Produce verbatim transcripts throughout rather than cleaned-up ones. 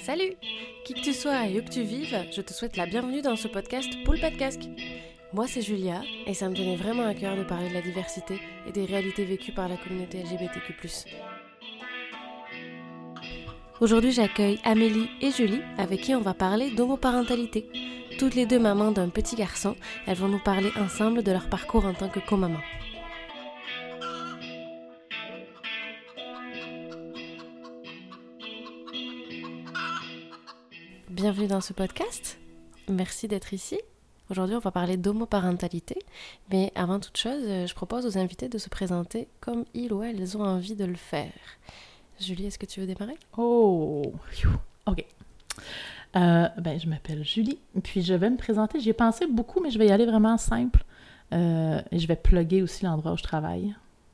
Salut! Qui que tu sois et où que tu vives, je te souhaite la bienvenue dans ce podcast Poule pas de casque. Moi c'est Julia et ça me tenait vraiment à cœur de parler de la diversité et des réalités vécues par la communauté L G B T Q plus. Aujourd'hui j'accueille Amélie et Julie avec qui on va parler d'homoparentalité. Toutes les deux mamans d'un petit garçon, elles vont nous parler ensemble de leur parcours en tant que co-maman. Bienvenue dans ce podcast, merci d'être ici. Aujourd'hui on va parler d'homoparentalité, mais avant toute chose, je propose aux invités de se présenter comme ils ou elles ont envie de le faire. Julie, est-ce que tu veux démarrer? Oh, ok. Euh, ben, je m'appelle Julie, puis je vais me présenter. J'y ai pensé beaucoup, mais je vais y aller vraiment simple. Euh, et je vais plugger aussi l'endroit où je travaille.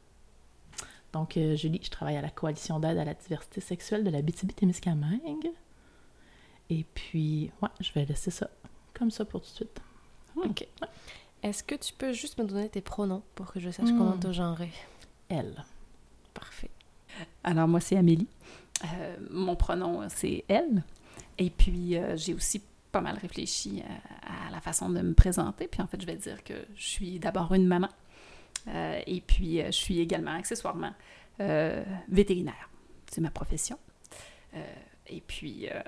Donc, euh, Julie, je travaille à la Coalition d'aide à la diversité sexuelle de la Abitibi-Témiscamingue. Et puis, ouais, je vais laisser ça comme ça pour tout de suite. Hmm. Ok. Ouais. Est-ce que tu peux juste me donner tes pronoms pour que je sache hmm. comment te genrer? Elle. Parfait. Alors, moi, c'est Amélie. Euh, mon pronom, c'est elle. Et puis, euh, j'ai aussi pas mal réfléchi à, à la façon de me présenter. Puis, en fait, je vais dire que je suis d'abord une maman. Euh, et puis, euh, je suis également, accessoirement, euh, vétérinaire. C'est ma profession. Euh, et puis, euh,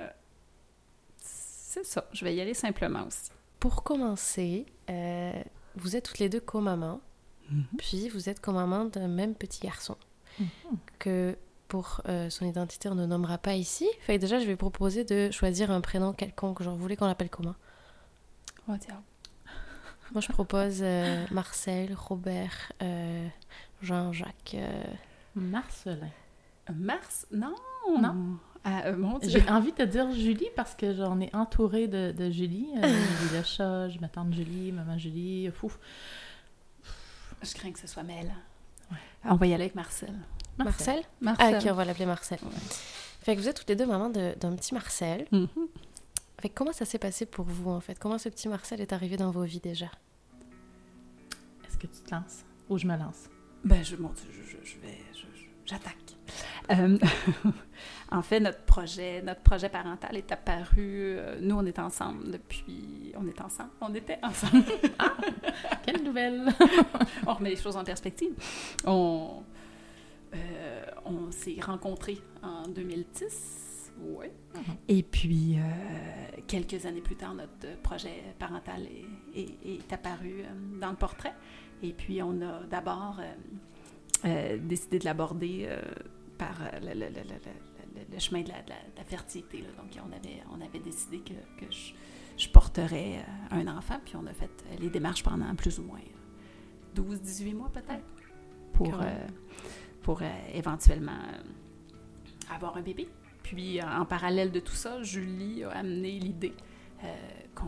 c'est ça. Je vais y aller simplement aussi. Pour commencer, euh, vous êtes toutes les deux co-mamans. Mm-hmm. Puis, vous êtes co-maman d'un même petit garçon. Mm-hmm. Que... Pour euh, son identité, on ne nommera pas ici. Fait que déjà, je vais proposer de choisir un prénom quelconque. Genre, vous voulez qu'on l'appelle comment? Oh, tiens. Moi, je propose euh, Marcel, Robert, euh, Jean-Jacques. Euh... Marcelin. Mars? Non! Non? Ah, euh, mon Dieu. J'ai envie de dire Julie parce que j'en ai entourée de, de Julie. Euh, Julie le chat, j'ai ma tante Julie, maman Julie. Fouf. Je crains que ce soit Mel. Ouais. On va y aller avec Marcel. Marcel? Marcel. Ah, ok, on va l'appeler Marcel. Ouais. Fait que vous êtes toutes les deux mamans de, d'un petit Marcel. Mm-hmm. Fait que comment ça s'est passé pour vous, en fait? Comment ce petit Marcel est arrivé dans vos vies, déjà? Est-ce que tu te lances? Ou je me lance? Ben, je, mon Dieu, je, je, je vais... Je, je, j'attaque. Euh, en fait, notre projet, notre projet parental est apparu... Euh, nous, on est ensemble depuis... On est ensemble? On était ensemble. Ah! Quelle nouvelle! On remet les choses en perspective. On... Euh, on s'est rencontrés en deux mille dix, oui. Mm-hmm. Et puis, euh, quelques années plus tard, notre projet parental est, est, est apparu euh, dans le portrait. Et puis, on a d'abord euh, euh, décidé de l'aborder euh, par le, le, le, le, le, le chemin de la, de la, de la fertilité. Là. Donc, on avait, on avait décidé que, que je, je porterais euh, un enfant. Puis, on a fait les démarches pendant plus ou moins douze à dix-huit mois, peut-être, pour... Euh, pour euh, éventuellement euh, avoir un bébé. Puis, euh, en parallèle de tout ça, Julie a amené l'idée euh, qu'on,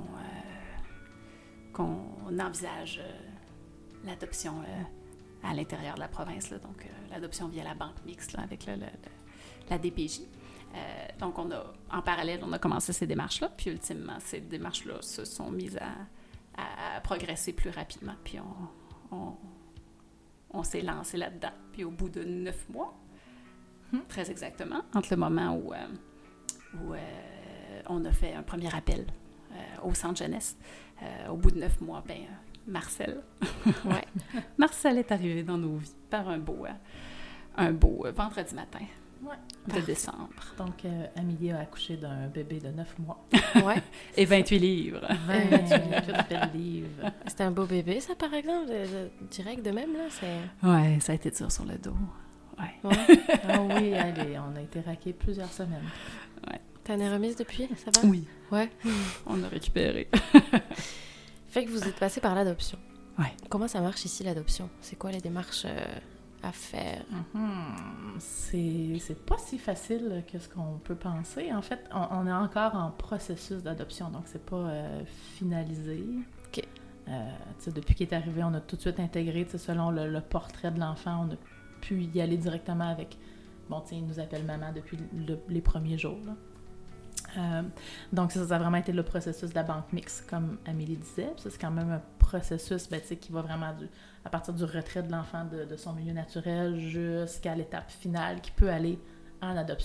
euh, qu'on envisage euh, l'adoption euh, à l'intérieur de la province, là, donc euh, l'adoption via la banque mixte là, avec le, le, le, la D P J. Euh, donc, on a, en parallèle, on a commencé ces démarches-là, puis ultimement, ces démarches-là se sont mises à, à progresser plus rapidement, puis on... on On s'est lancé là-dedans. Puis au bout de neuf mois, hmm. très exactement, entre le moment où, euh, où euh, on a fait un premier appel euh, au centre jeunesse, euh, au bout de neuf mois, ben Marcel, ouais, Marcel est arrivé dans nos vies par un beau, euh, un beau euh, vendredi matin ouais. de Parfait. décembre. Donc, euh, Amélie a accouché d'un bébé de neuf mois. Ouais. Et vingt-huit livres. vingt-huit livres. C'était un beau bébé, ça, par exemple, de, de, direct de même, là? C'est... Ouais, ça a été dur sur le dos. Ouais. ouais. Ah oui, allez, on a été raqués plusieurs semaines. Ouais. T'en es remise depuis, ça va? Oui. Ouais. On a récupéré. Fait que vous êtes passé par l'adoption. Ouais. Comment ça marche ici, l'adoption? C'est quoi les démarches... Euh... à faire. Mm-hmm. C'est, c'est pas si facile que ce qu'on peut penser. En fait, on, on est encore en processus d'adoption, donc c'est pas euh, finalisé. OK. Euh, depuis qu'il est arrivé, on a tout de suite intégré, selon le, le portrait de l'enfant, on a pu y aller directement avec... Bon, tu sais, il nous appelle maman depuis le, les premiers jours, là. Euh, donc, ça, ça a vraiment été le processus de la banque mixte, comme Amélie disait. Ça, c'est quand même un processus ben, qui va vraiment du, à partir du retrait de l'enfant de, de son milieu naturel jusqu'à l'étape finale qui peut aller en adoption.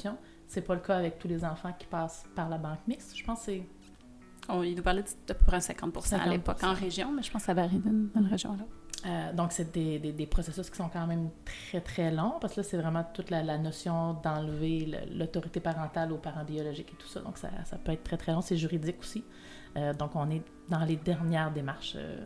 c'est pas le cas avec tous les enfants qui passent par la banque mixte. Je pense que c'est... On, il nous parlait d'à peu près cinquante pour cent à cinquante pour cent l'époque en région, mais je pense que ça varie d'une, d'une région à l'autre. Euh, donc, c'est des, des, des processus qui sont quand même très, très longs, parce que là, c'est vraiment toute la, la notion d'enlever le, l'autorité parentale aux parents biologiques et tout ça. Donc, ça, ça peut être très, très long. C'est juridique aussi. Euh, donc, on est dans les dernières démarches, euh,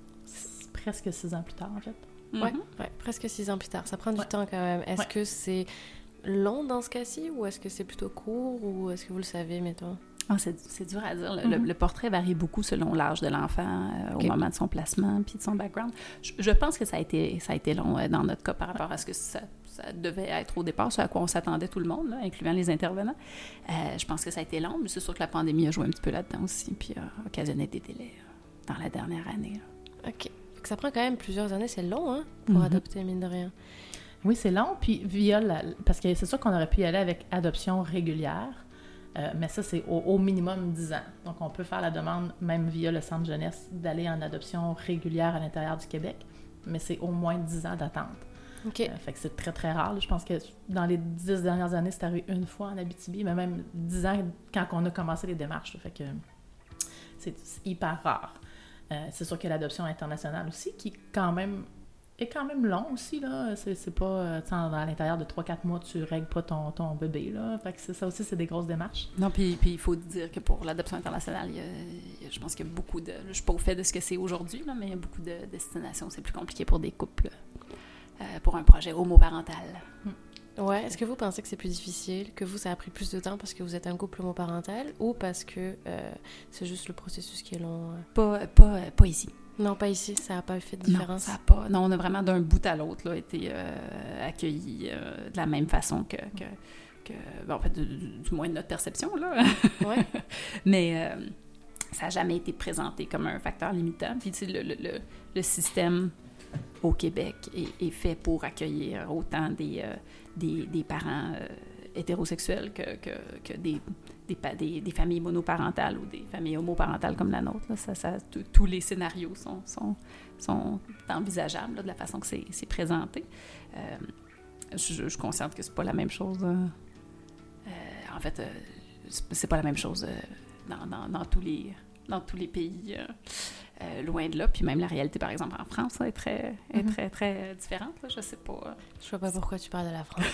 presque six ans plus tard, en fait. Mm-hmm. Oui, ouais, presque six ans plus tard. Ça prend du ouais. temps quand même. Est-ce ouais. que c'est long dans ce cas-ci, ou est-ce que c'est plutôt court, ou est-ce que vous le savez, mettons? Ah, c'est, c'est dur à dire. Le, mm-hmm. le, le portrait varie beaucoup selon l'âge de l'enfant, euh, okay. au moment de son placement, puis de son background. Je, je pense que ça a été, ça a été long euh, dans notre cas par rapport à ce que ça, ça devait être au départ, ce à quoi on s'attendait tout le monde, là, incluant les intervenants. Euh, je pense que ça a été long, mais c'est sûr que la pandémie a joué un petit peu là-dedans aussi, puis a euh, occasionné des délais euh, dans la dernière année. Là. OK. Ça prend quand même plusieurs années, c'est long, hein, pour mm-hmm. adopter, mine de rien. Oui, c'est long, puis via la... Parce que c'est sûr qu'on aurait pu y aller avec adoption régulière, euh, mais ça, c'est au, au minimum dix ans. Donc, on peut faire la demande, même via le centre jeunesse, d'aller en adoption régulière à l'intérieur du Québec, mais c'est au moins dix ans d'attente. OK. Euh, fait que c'est très, très rare. Je pense que dans les dix dernières années, c'est arrivé une fois en Abitibi, mais même dix ans quand on a commencé les démarches. Là, fait que c'est, c'est hyper rare. Euh, c'est sûr qu'il y a l'adoption internationale aussi, qui quand même... est quand même long aussi, là. C'est, c'est pas... Euh, à l'intérieur de trois quatre mois, tu règles pas ton, ton bébé, là. Fait que c'est, ça aussi, c'est des grosses démarches. Non, puis il faut dire que pour l'adoption internationale, il y a, il y a, je pense qu'il y a beaucoup de... Je suis pas au fait de ce que c'est aujourd'hui, là, mais il y a beaucoup de destinations. C'est plus compliqué pour des couples, euh, pour un projet homoparental. Hum. Ouais. Est-ce que vous pensez que c'est plus difficile, que vous, ça a pris plus de temps parce que vous êtes un couple homoparental, ou parce que euh, c'est juste le processus qui est long? Euh... Pas, pas, pas ici. Non, pas ici. Ça n'a pas fait de différence. Non, ça n'a pas. Non, on a vraiment d'un bout à l'autre là, été euh, accueillis euh, de la même façon que... que, que ben, en fait, du, du moins de notre perception, là. Ouais. Mais euh, ça n'a jamais été présenté comme un facteur limitant. Puis, tu sais, le, le, le, le système au Québec est, est fait pour accueillir autant des, euh, des, des parents euh, hétérosexuels que, que, que des, des, des, des familles monoparentales ou des familles homoparentales comme la nôtre. Là. Ça, ça, tous les scénarios sont, sont, sont envisageables là, de la façon que c'est, c'est présenté. Euh, je, je suis consciente que c'est pas la même chose. Euh, euh, en fait, euh, c'est pas la même chose euh, dans, dans, dans tous les... dans tous les pays, euh, euh, loin de là. Puis même la réalité, par exemple, en France, là, est très, est mm-hmm. très, très différente. Là. Je sais pas. Euh... Je vois pas pourquoi tu parles de la France.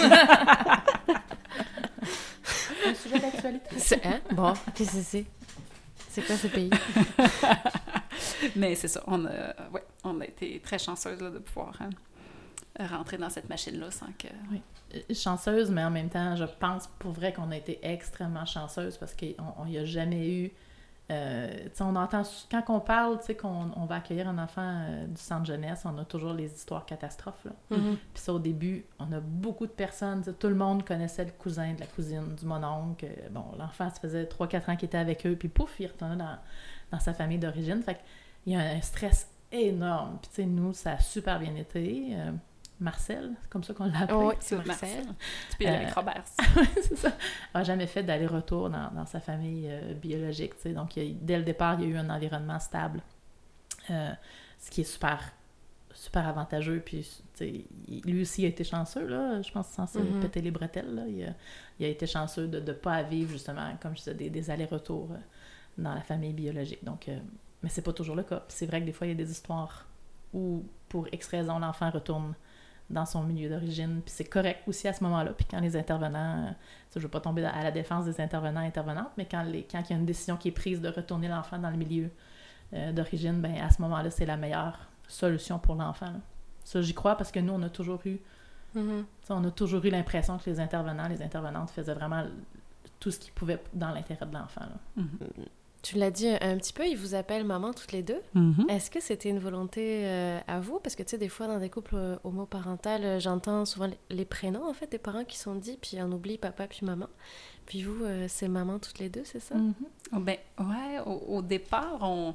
Un sujet d'actualité. C'est, hein? Bon, qu'est-ce que c'est? C'est quoi ce pays? Mais c'est ça. On a, ouais, on a été très chanceuse là, de pouvoir hein, rentrer dans cette machine-là sans que... Oui. Chanceuse, mais en même temps, je pense pour vrai qu'on a été extrêmement chanceuse parce qu'on n'y a jamais eu... Euh, on entend, quand on parle, qu'on on va accueillir un enfant euh, du centre jeunesse, on a toujours les histoires catastrophes. Là. Mm-hmm. Puis ça, au début, on a beaucoup de personnes, tout le monde connaissait le cousin, de la cousine, du mononcle. Bon, l'enfant, ça faisait trois quatre ans qu'il était avec eux, puis pouf, il retournait dans, dans sa famille d'origine. Fait qu'il y a un stress énorme. Puis tu sais, nous, ça a super bien été. Euh, Marcel, c'est comme ça qu'on l'a appelé. Oh, oui, c'est Marcel. Marcel. Tu peux y aller avec Robert. Oui, c'est ça. Il n'a jamais fait d'aller-retour dans, dans sa famille euh, biologique. T'sais. Donc, il a, dès le départ, il y a eu un environnement stable, euh, ce qui est super, super avantageux. Puis, lui aussi, il a été chanceux, là, je pense, sans se mm-hmm. péter les bretelles. Là. Il, a, il a été chanceux de ne pas vivre, justement, comme je disais, des, des allers-retours euh, dans la famille biologique. Donc, euh, mais c'est pas toujours le cas. Puis c'est vrai que des fois, il y a des histoires où, pour X raison, l'enfant retourne dans son milieu d'origine, puis c'est correct aussi à ce moment-là, puis quand les intervenants, euh, je ne veux pas tomber à la défense des intervenants et intervenantes, mais quand, les, quand il y a une décision qui est prise de retourner l'enfant dans le milieu euh, d'origine, ben à ce moment-là, c'est la meilleure solution pour l'enfant. Là. Ça, j'y crois parce que nous, on a toujours eu mm-hmm. on a toujours eu l'impression que les intervenants, les intervenantes faisaient vraiment tout ce qu'ils pouvaient dans l'intérêt de l'enfant. Là. Mm-hmm. Tu l'as dit un petit peu, ils vous appellent maman toutes les deux. Mm-hmm. Est-ce que c'était une volonté euh, à vous? Parce que, tu sais, des fois, dans des couples euh, homoparentales, euh, j'entends souvent les, les prénoms, en fait, des parents qui sont dits, puis on oublie papa puis maman. Puis vous, euh, c'est maman toutes les deux, c'est ça? Mm-hmm. Oh, ben, ouais, au, au départ, on,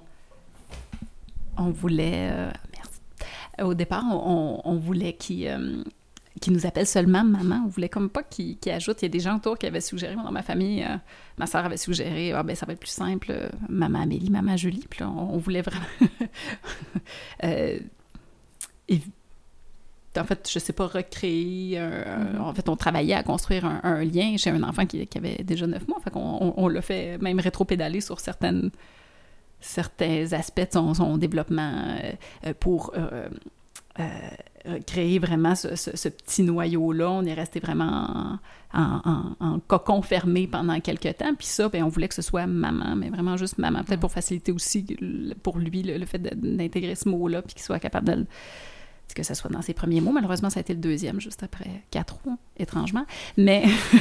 on voulait... Euh, merci. Au départ, on, on voulait qu'ils... Euh, qui nous appelle seulement maman. On voulait comme pas qu'il, qu'il ajoute. Il y a des gens autour qui avaient suggéré, dans ma famille, euh, ma soeur avait suggéré, ah ben ça va être plus simple, euh, maman Amélie, maman Julie. Puis là, on, on voulait vraiment... euh, et en fait, je sais pas, recréer. Un, Mm-hmm. En fait, on travaillait à construire un, un lien chez un enfant qui, qui avait déjà neuf mois. Fait qu'on on, on l'a fait même rétro-pédaler sur certaines, certains aspects de son, son développement euh, pour euh, euh, créer vraiment ce, ce, ce petit noyau-là. On est resté vraiment en, en, en, en cocon fermé pendant quelques temps. Puis ça, ben, on voulait que ce soit maman, mais vraiment juste maman. Peut-être pour faciliter aussi pour lui le, le fait de, d'intégrer ce mot-là, puis qu'il soit capable de le... que ce soit dans ses premiers mots. Malheureusement, ça a été le deuxième, juste après quatre ans, étrangement. Mais...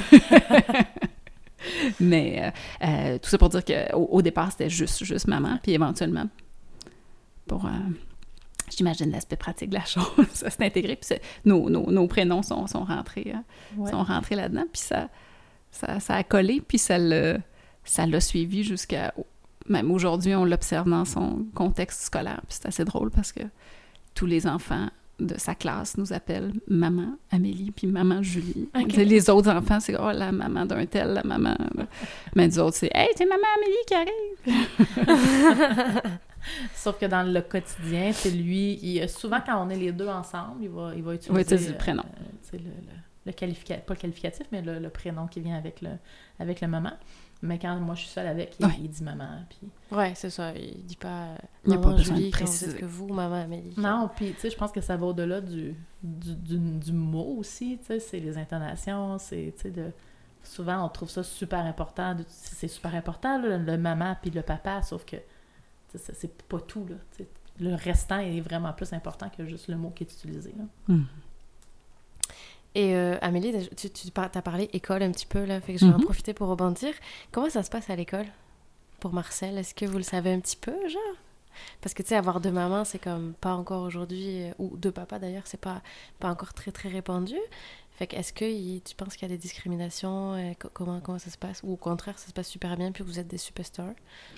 Mais euh, euh, tout ça pour dire qu'au au départ, c'était juste, juste maman, puis éventuellement, pour, euh, j'imagine, l'aspect pratique de la chose, ça s'est intégré, puis nos, nos, nos prénoms sont, sont, rentrés, euh, ouais. sont rentrés là-dedans, puis ça, ça, ça a collé, puis ça l'a, ça l'a suivi jusqu'à... Même aujourd'hui, on l'observe dans son contexte scolaire, puis c'est assez drôle parce que tous les enfants de sa classe nous appelle maman Amélie puis maman Julie. Okay. Les autres enfants, c'est oh la maman d'un tel, la maman. Mais nous autres, c'est hey, c'est maman Amélie qui arrive. Sauf que dans le quotidien, c'est lui, il, souvent quand on est les deux ensemble, il va, il va utiliser, oui, utiliser le prénom. Euh, le, le, le qualificatif, pas le qualificatif, mais le, le prénom qui vient avec le, avec le maman. Mais quand moi je suis seule avec, il, ouais. il dit maman. Puis... Ouais, c'est ça. Il dit pas il n'y a maman pas besoin Julie, de préciser. Est-ce que vous, maman Amélie? Non, puis tu sais, je pense que ça va au-delà du, du, du, du mot aussi. Tu sais, c'est les intonations, c'est, tu sais, de... souvent on trouve ça super important. De... C'est super important, là, le maman puis le papa, sauf que c'est, c'est pas tout, là. Tu sais, le restant est vraiment plus important que juste le mot qui est utilisé, là. Mm. Et euh, Amélie, tu, tu as parlé école un petit peu, là, fait que je vais mm-hmm. en profiter pour rebondir. Comment ça se passe à l'école pour Marcel? Est-ce que vous le savez un petit peu, genre? Parce que, tu sais, avoir deux mamans, c'est comme pas encore aujourd'hui, euh, ou deux papas d'ailleurs, c'est pas, pas encore très, très répandu. Fait que, est-ce que il, tu penses qu'il y a des discriminations? Euh, co- comment, comment ça se passe? Ou au contraire, ça se passe super bien, puis vous êtes des superstars?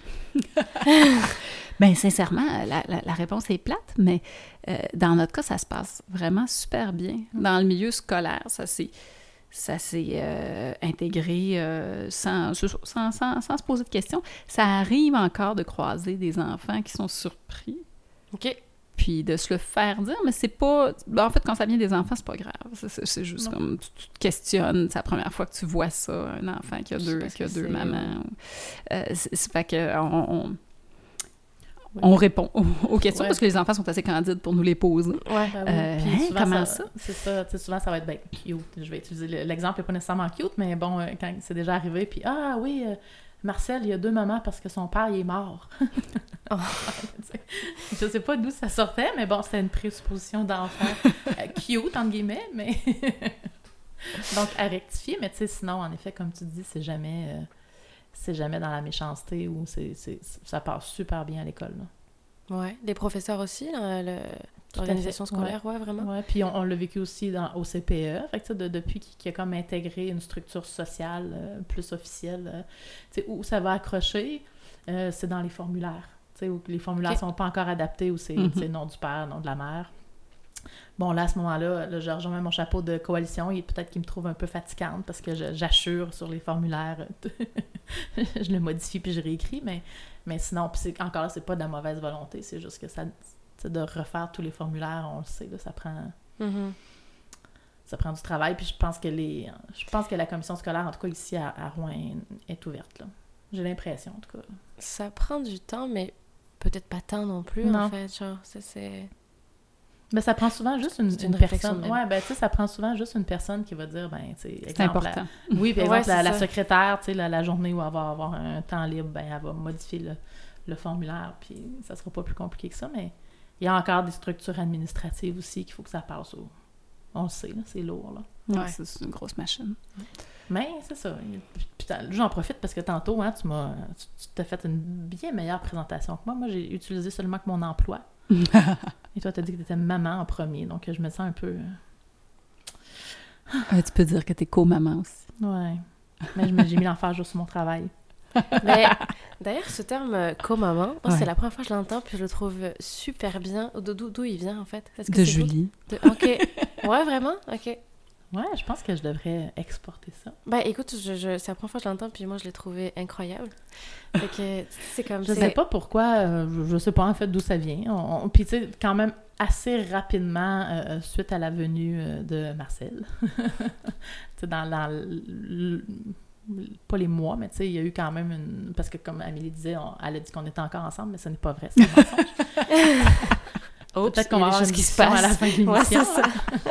Bien, sincèrement, la, la, la réponse est plate, mais euh, dans notre cas, ça se passe vraiment super bien. Dans le milieu scolaire, ça s'est, ça s'est euh, intégré euh, sans, sans, sans, sans se poser de questions. Ça arrive encore de croiser des enfants qui sont surpris. OK. Puis de se le faire dire, mais c'est pas... En fait, quand ça vient des enfants, c'est pas grave. C'est, c'est, c'est juste non. comme... Tu, tu te questionnes. C'est la première fois que tu vois ça, un enfant qui a deux, qui a deux mamans. Euh, c'est, c'est fait que on, on, oui. on répond aux, aux questions ouais. parce que les enfants sont assez candides pour nous les poser. Ouais, ben oui. euh, Puis hein, souvent, comment ça? ça? C'est ça. Tu sais, souvent, ça va être ben, cute. Je vais utiliser le, l'exemple n'est pas nécessairement cute, mais bon, quand c'est déjà arrivé, puis ah oui... Euh, Marcel, il y a deux mamans parce que son père, il est mort. Oh. Je sais pas d'où ça sortait, mais bon, c'était une présupposition d'enfant euh, cute, entre guillemets, mais... Donc, à rectifier, mais tu sais, sinon, en effet, comme tu dis, c'est jamais, euh, c'est jamais dans la méchanceté ou c'est, c'est, ça passe super bien à l'école, là. Ouais, les professeurs aussi, là, le... l'organisation scolaire, ouais, ouais vraiment. Ouais, puis on, on l'a vécu aussi dans, au C P E, fait que de, depuis qu'il, qu'il a comme intégré une structure sociale euh, plus officielle, euh, tu sais, où ça va accrocher, euh, c'est dans les formulaires, tu sais, où les formulaires okay. sont pas encore adaptés, où c'est, mm-hmm. tu sais, nom du père, nom de la mère. Bon, là, à ce moment-là, là, je rejoins mon chapeau de coalition et peut-être qu'il me trouve un peu fatigante parce que je, j'assure sur les formulaires, je le modifie puis je réécris, mais, mais sinon, puis c'est, encore là, c'est pas de la mauvaise volonté, c'est juste que ça... de refaire tous les formulaires, on le sait, là, ça prend mm-hmm. ça prend du travail, puis je pense que les je pense que la commission scolaire, en tout cas ici à, à Rouen, est ouverte, là. J'ai l'impression, en tout cas. Ça prend du temps, mais peut-être pas tant non plus, non. en fait, genre, ça, c'est... Ben, ça prend souvent juste une, une, une personne. Ouais, ben, tu sais, ça prend souvent juste une personne qui va dire, ben, tu sais, exemple... C'est important. La, oui, puis exemple, ouais, la, la secrétaire, tu sais, la, la journée où elle va avoir un temps libre, ben, elle va modifier le, le formulaire, puis ça sera pas plus compliqué que ça, mais il y a encore des structures administratives aussi qu'il faut que ça passe au... On le sait, là, c'est lourd, là. Ouais, ouais. C'est une grosse machine. Mais c'est ça. Puis, j'en profite parce que tantôt, hein, tu m'as tu, tu t'as fait une bien meilleure présentation que moi. Moi, j'ai utilisé seulement que mon emploi. Et toi, tu as dit que tu étais maman en premier, donc je me sens un peu... Euh, tu peux dire que tu es co-maman aussi. Ouais. Mais j'ai mis l'emphase juste sur mon travail. Mais d'ailleurs, ce terme euh, co-maman, moi, ouais. c'est la première fois que je l'entends, puis je le trouve super bien. D'où, d'où il vient, en fait? Est-ce que de c'est Julie. De... OK. Ouais, vraiment? OK. Ouais, je pense que je devrais exporter ça. Ben écoute, je, je, c'est la première fois que je l'entends, puis moi je l'ai trouvé incroyable. Fait que c'est comme Je c'est... sais pas pourquoi, euh, je, je sais pas en fait d'où ça vient. On, on, puis tu sais, quand même assez rapidement, euh, suite à la venue euh, de Marcel, tu sais, dans, dans l, l, pas les mois, mais tu sais, il y a eu quand même une... Parce que comme Amélie disait, on, elle a dit qu'on était encore ensemble, mais ce n'est pas vrai, c'est un mensonge. Oups, peut-être qu'on va avoir une qui se discussion passe à la fin de l'émission. Ouais, c'est ça.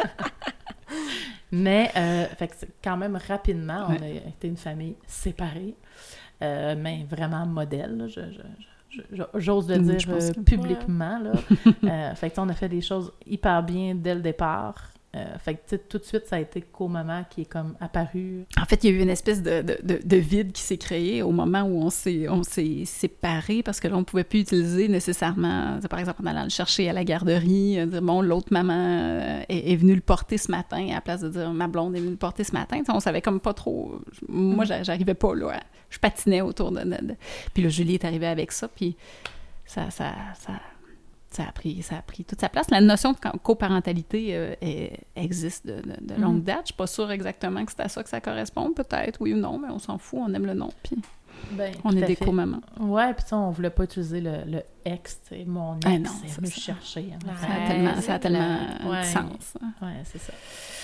Mais, euh, fait que quand même rapidement, ouais. on a été une famille séparée, euh, mais vraiment modèle, là, je, je, je, je, j'ose le Mmh, dire euh, publiquement. Là. euh, fait que on a fait des choses hyper bien dès le départ. Euh, fait que tout de suite, ça a été co-maman qui est comme apparue. En fait, il y a eu une espèce de, de, de, de vide qui s'est créé au moment où on s'est, on s'est séparés parce que là, on ne pouvait plus utiliser nécessairement, par exemple, en allant le chercher à la garderie, dire, bon, l'autre maman est, est venue le porter ce matin, à la place de dire, ma blonde est venue le porter ce matin. T'sais, on savait comme pas trop... Moi, j'arrivais pas là. Je patinais autour de... de, de... Puis là, Julie est arrivée avec ça, puis ça... ça, ça... Ça a, pris, ça a pris toute sa place. La notion de coparentalité euh, est, existe de, de, de longue date. Je suis pas sûre exactement que c'est à ça que ça correspond, peut-être, oui ou non, mais on s'en fout, on aime le nom, puis ben, on est des co-mamans. Ouais, puis on voulait pas utiliser le, le ex, tu sais, mon ex ah non, est venu chercher. Hein, ça, a tellement, ça a tellement ouais. de sens. Ouais, c'est ça.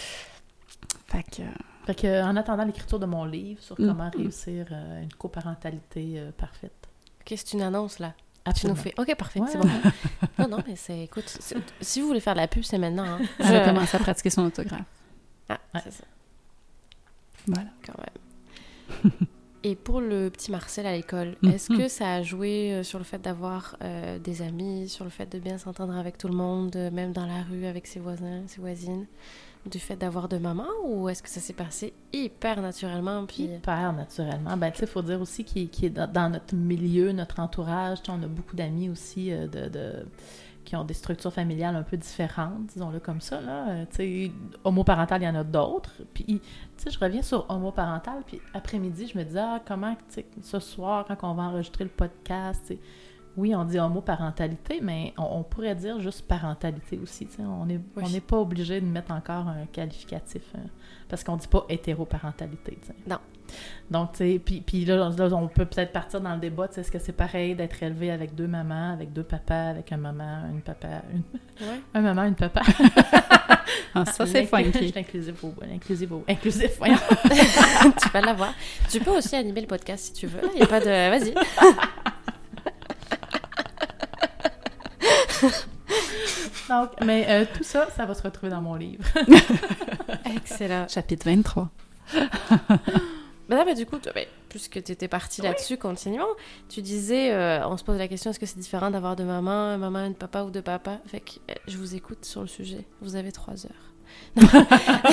Fait que... Fait que, en attendant l'écriture de mon livre sur comment mm-hmm. réussir euh, une coparentalité euh, parfaite. Ok, c'est une annonce, là. Absolument. Tu nous fais... Ok, parfait, ouais. c'est bon. Non, non, mais c'est... Écoute, c'est... si vous voulez faire de la pub, c'est maintenant. Hein. Je vais commencer à pratiquer son autographe. Ah, ouais. C'est ça. Voilà. Quand même. Et pour le petit Marcel à l'école, mm-hmm. est-ce que ça a joué sur le fait d'avoir euh, des amis, sur le fait de bien s'entendre avec tout le monde, même dans la rue, avec ses voisins, ses voisines, du fait d'avoir de maman, ou est-ce que ça s'est passé hyper naturellement? Puis... Hyper naturellement. Ben, tu sais, il faut dire aussi qu'il, qu'il est dans, dans notre milieu, notre entourage, on a beaucoup d'amis aussi euh, de, de, qui ont des structures familiales un peu différentes, disons-le comme ça, là. Euh, tu sais, homoparental, il y en a d'autres. Puis, tu sais, je reviens sur homoparental, puis après-midi, je me disais, ah, comment, tu sais, ce soir, quand on va enregistrer le podcast, tu sais, oui, on dit homoparentalité, mais on, on pourrait dire juste parentalité aussi. On n'est oui. on n'est pas obligé de mettre encore un qualificatif, hein, parce qu'on ne dit pas hétéroparentalité. T'sais. Non. Donc, tu sais, puis, puis là, là, on peut peut-être partir dans le débat, est-ce que c'est pareil d'être élevé avec deux mamans, avec deux papas, avec un maman, une papa, une... Ouais. un maman, une papa. Ah, ça, c'est funky. Je suis inclusif au... Inclusif au... Inclusif, voyons. Tu peux l'avoir. Tu peux aussi animer le podcast si tu veux. Il n'y a pas de... Vas-y. Donc, mais euh, tout ça, ça va se retrouver dans mon livre. Excellent. Chapitre vingt-trois. Ben là, ben, du coup, ben, puisque tu étais partie oui. là-dessus, continuons. Tu disais, euh, on se pose la question, est-ce que c'est différent d'avoir deux mamans, un maman, un papa ou deux papas? Fait que euh, je vous écoute sur le sujet. Vous avez trois heures.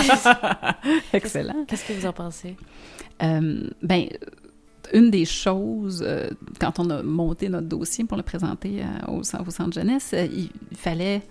Excellent. Qu'est-ce que vous en pensez? Euh, ben... Une des choses, euh, quand on a monté notre dossier pour le présenter euh, au, au centre jeunesse, euh, il, il fallait...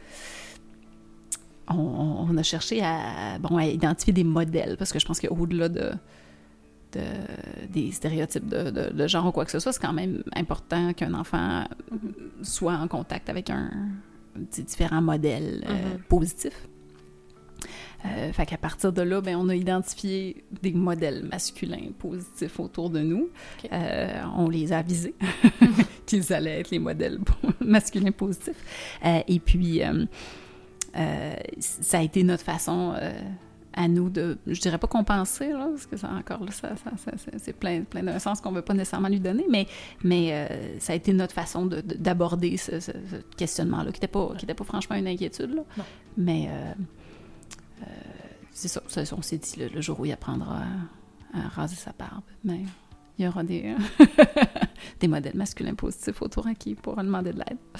On, on a cherché à, bon, à identifier des modèles, parce que je pense qu'au-delà de, de, des stéréotypes de, de, de genre ou quoi que ce soit, c'est quand même important qu'un enfant soit en contact avec un, différents modèles euh, mm-hmm. positifs. Euh, fait qu'à partir de là, ben, on a identifié des modèles masculins positifs autour de nous. Okay. Euh, on les a avisés qu'ils allaient être les modèles masculins positifs. Euh, et puis, euh, euh, ça a été notre façon euh, à nous de, je dirais pas compenser, là, parce que ça encore là, ça, ça, ça, c'est plein, plein d'un sens qu'on veut pas nécessairement lui donner, mais, mais euh, ça a été notre façon de, de, d'aborder ce, ce, ce questionnement-là, qui n'était pas, qui était pas franchement une inquiétude, là. Non. Mais... Euh, Euh, c'est ça, ça, on s'est dit le, le jour où il apprendra à, à raser sa barbe, mais il y aura des, euh, des modèles masculins positifs autour à qui pourra demander de l'aide.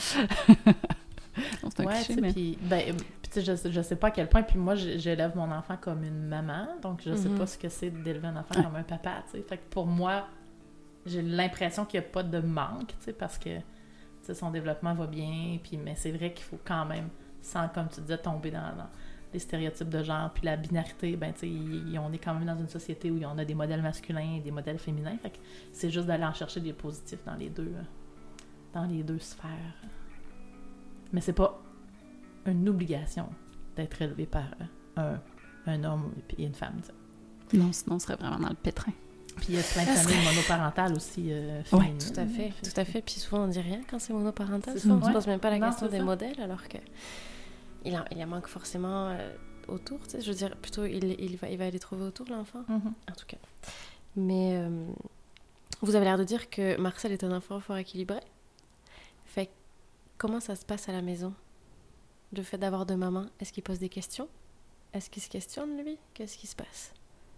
Donc, c'est un ouais, cliché, mais... Puis, ben, puis je, je sais pas à quel point, puis moi, j'élève mon enfant comme une maman, donc je mm-hmm. sais pas ce que c'est d'élever un enfant ah. comme un papa, tu sais. Fait que pour moi, j'ai l'impression qu'il n'y a pas de manque, tu sais, parce que son développement va bien, puis, mais c'est vrai qu'il faut quand même, sans, comme tu disais, tomber dans... dans les stéréotypes de genre, puis la binarité, ben tu sais, on est quand même dans une société où on a des modèles masculins et des modèles féminins, fait que c'est juste d'aller en chercher des positifs dans les deux, dans les deux sphères. Mais c'est pas une obligation d'être élevé par un, un homme et une femme, tu sais. Non, sinon, on serait vraiment dans le pétrin. Puis il y a plein de familles monoparentales aussi. Euh, oui, tout à fait, tout à fait. Puis souvent, on dit rien quand c'est monoparental. C'est souvent, on ne ouais. se pose même pas la non, question des ça. modèles, alors que il, en, il en manque forcément euh, autour, tu sais. Je veux dire, plutôt, il, il, va, il va aller trouver autour, l'enfant, Mm-hmm. en tout cas. Mais euh, vous avez l'air de dire que Marcel est un enfant fort équilibré. Fait comment ça se passe à la maison? Le fait d'avoir deux mamans, est-ce qu'il pose des questions? Est-ce qu'il se questionne, lui? Qu'est-ce qui se passe?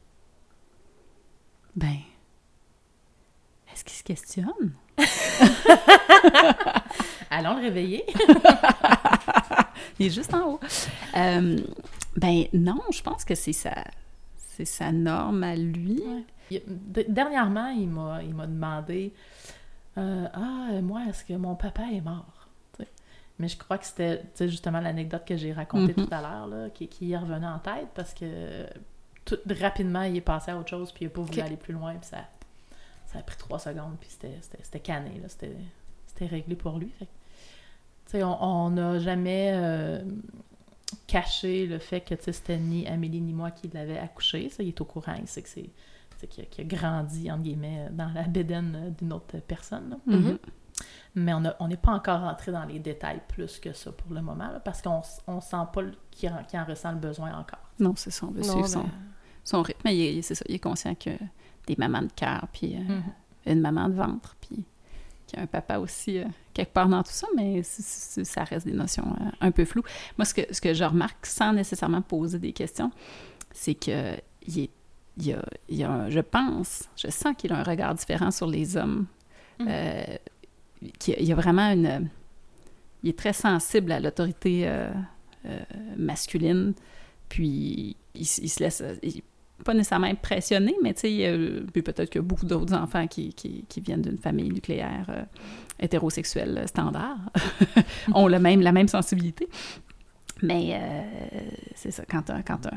Ben, est-ce qu'il se questionne? Allons le réveiller. Il est juste en haut. Euh, ben non, je pense que c'est sa, c'est sa norme à lui. Ouais. Il, d- dernièrement, il m'a, il m'a demandé euh, « Ah, moi, est-ce que mon papa est mort? » T'sais. Mais je crois que c'était justement l'anecdote que j'ai racontée Mm-hmm. tout à l'heure, là, qui, qui est revenue en tête, parce que tout, rapidement, il est passé à autre chose, puis il n'a pas voulu Okay. aller plus loin, puis ça, ça a pris trois secondes, puis c'était, c'était, c'était canné, là, c'était, c'était réglé pour lui. Fait que, t'sais, on n'a jamais euh, caché le fait que c'était ni Amélie ni moi qui l'avait accouché. Ça, il est au courant, il sait que c'est, c'est qu'il, a, qu'il a grandi, entre guillemets, dans la bédaine d'une autre personne. Là. Mm-hmm. Mais on n'est on pas encore rentré dans les détails plus que ça pour le moment, là, parce qu'on ne sent pas le, qu'il, en, qu'il en ressent le besoin encore. Non, c'est ça, on veut Non, suivre ben... son, son rythme. Mais il est, c'est ça, il est conscient que des mamans de cœur, puis euh, Mm-hmm. une maman de ventre, puis qu'il y a un papa aussi euh, quelque part dans tout ça, mais c'est, c'est, ça reste des notions euh, un peu floues. Moi, ce que, ce que je remarque, sans nécessairement poser des questions, c'est que il est, il y a, il y a un, je pense, je sens qu'il a un regard différent sur les hommes. Mm-hmm. Euh, qu'il il y a vraiment une... Il est très sensible à l'autorité euh, euh, masculine, puis il, il se laisse... Il, pas nécessairement impressionné, mais tu sais, euh, peut-être qu'il y a beaucoup d'autres enfants qui, qui, qui viennent d'une famille nucléaire euh, hétérosexuelle standard, ont le même, la même sensibilité. Mais euh, c'est ça, quand un... Quand, un,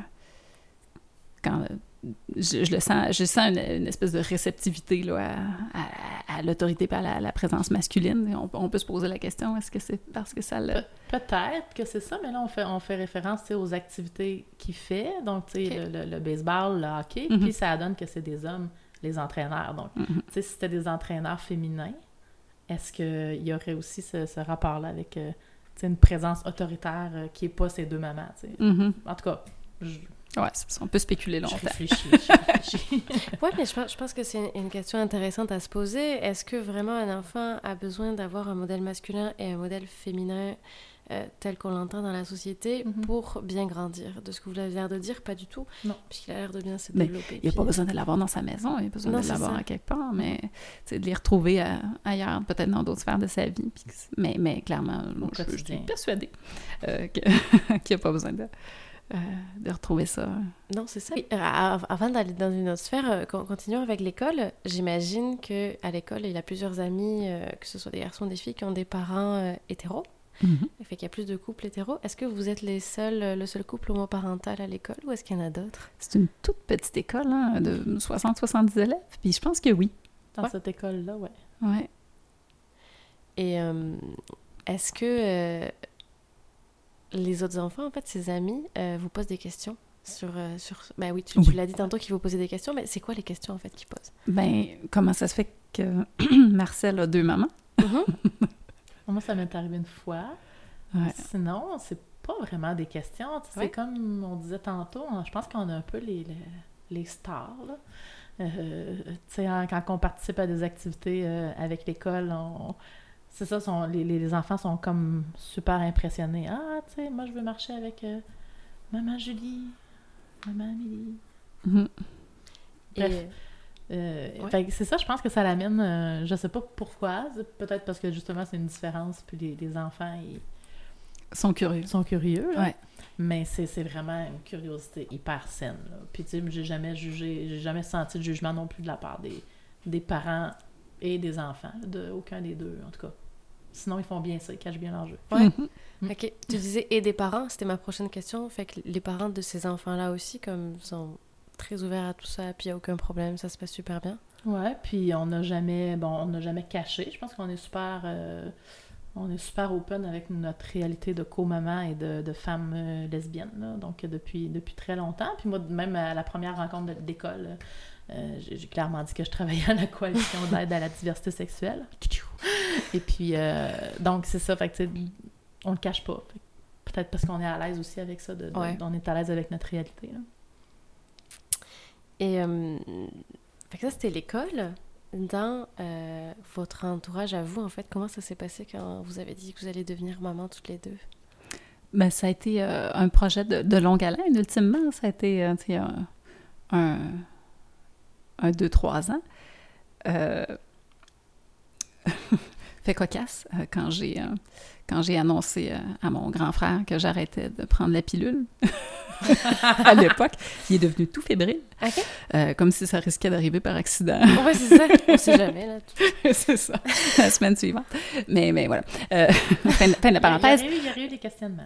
quand je, je le sens, je sens une, une espèce de réceptivité là, à, à, à l'autorité et à la, la présence masculine. On, on peut se poser la question, est-ce que c'est parce que ça le... Pe- peut-être que c'est ça, mais là, on fait, on fait référence aux activités qu'il fait, donc tu sais, Okay. le, le, le baseball, le hockey, Mm-hmm. puis ça donne que c'est des hommes, les entraîneurs. Donc, Mm-hmm. tu sais, si c'était des entraîneurs féminins, est-ce qu'il y aurait aussi ce, ce rapport-là avec euh, tu sais, une présence autoritaire euh, qui n'est pas ces deux mamans, tu sais? Mm-hmm. En tout cas, je, Ouais, c'est ça, on peut spéculer longtemps. je réfléchis, je réfléchis. Oui, mais je pense, je pense que c'est une, une question intéressante à se poser. Est-ce que vraiment un enfant a besoin d'avoir un modèle masculin et un modèle féminin euh, tel qu'on l'entend dans la société Mm-hmm. pour bien grandir? De ce que vous avez l'air de dire, pas du tout. Non. Puisqu'il a l'air de bien se Mais développer. il n'y a puis- pas besoin de l'avoir dans sa maison, il a besoin Non, de c'est l'avoir ça. à quelque part, mais de les retrouver à- ailleurs, peut-être dans d'autres sphères de sa vie. Puis que- mais, mais clairement, moi, je, je suis quotidien. persuadée euh, que- qu'il n'y a pas besoin de, euh, de retrouver ça. Non, c'est ça. Oui, a- avant d'aller dans une autre sphère, euh, con- continuons avec l'école. J'imagine qu'à l'école, il a plusieurs amis, euh, que ce soit des garçons ou des filles, qui ont des parents euh, hétéros. Mm-hmm. Fait qu'il y a plus de couples hétéros. Est-ce que vous êtes les seuls, euh, le seul couple homoparental à l'école ou est-ce qu'il y en a d'autres? C'est une toute petite école, hein, de soixante à soixante-dix élèves, puis je pense que oui. Dans Ouais. cette école-là, ouais. Ouais. Et euh, est-ce que euh, les autres enfants, en fait, ses amis, euh, vous posent des questions sur... euh, sur... Ben oui, tu, tu Oui. l'as dit tantôt qu'ils vous posaient des questions, mais c'est quoi les questions, en fait, qu'ils posent? Ben, comment ça se fait que Marcel a deux mamans? Mhm. Moi, ça m'est arrivé une fois. Ouais. Sinon, c'est pas vraiment des questions. Tu sais, Ouais. C'est comme on disait tantôt, on- je pense qu'on a un peu les, les, les stars. Là. Euh, tu sais, en- quand on participe à des activités euh, avec l'école, on, c'est ça, sont, les, les les enfants sont comme super impressionnés. Ah, tu sais, moi, je veux marcher avec euh, Maman Julie, Maman Amélie. Mhm. Bref. Et- Euh, Ouais. fait que c'est ça, je pense que ça l'amène, euh, je sais pas pourquoi, c'est peut-être parce que justement c'est une différence, puis les, les enfants ils Sont curieux. sont curieux, là. Ouais. Mais c'est, c'est vraiment une curiosité hyper saine. Là. Puis tu sais, j'ai jamais jugé, j'ai jamais senti de jugement non plus de la part des, des parents et des enfants, de aucun des deux en tout cas. Sinon ils font bien ça, ils cachent bien leur jeu. Ouais. Mhm. Mm. Ok, tu disais et des parents, c'était ma prochaine question. Fait que les parents de ces enfants-là aussi, comme sont très ouverts à tout ça, puis il n'y a aucun problème, ça se passe super bien. Ouais, puis on n'a jamais, bon, on n'a jamais caché. Je pense qu'on est super, euh, On est super open avec notre réalité de co-maman et de, de femme euh, lesbienne, là, donc depuis, depuis très longtemps. Puis moi, même à la première rencontre de, d'école, euh, j'ai, j'ai clairement dit que je travaillais à la coalition d'aide à la diversité sexuelle. Et puis, euh, donc c'est ça, fait que, on le cache pas. Peut-être parce qu'on est à l'aise aussi avec ça, de, de, ouais. on est à l'aise avec notre réalité. Là. Et euh, fait que ça, c'était l'école. Dans euh, votre entourage à vous, en fait, comment ça s'est passé quand vous avez dit que vous allez devenir maman toutes les deux? Ben, ça a été euh, un projet de, de longue haleine, ultimement. Ça a été euh, un, un, un deux, trois ans. Euh... fait cocasse euh, quand j'ai euh, quand j'ai annoncé euh, à mon grand frère que j'arrêtais de prendre la pilule. À l'époque, il est devenu tout fébrile. Okay. Euh, comme si ça risquait d'arriver par accident. Oui, c'est ça. On ne sait jamais, là. C'est ça. La semaine suivante. Mais, mais voilà. Euh, fin, fin de la parenthèse. Il y, il y aurait eu des questionnements.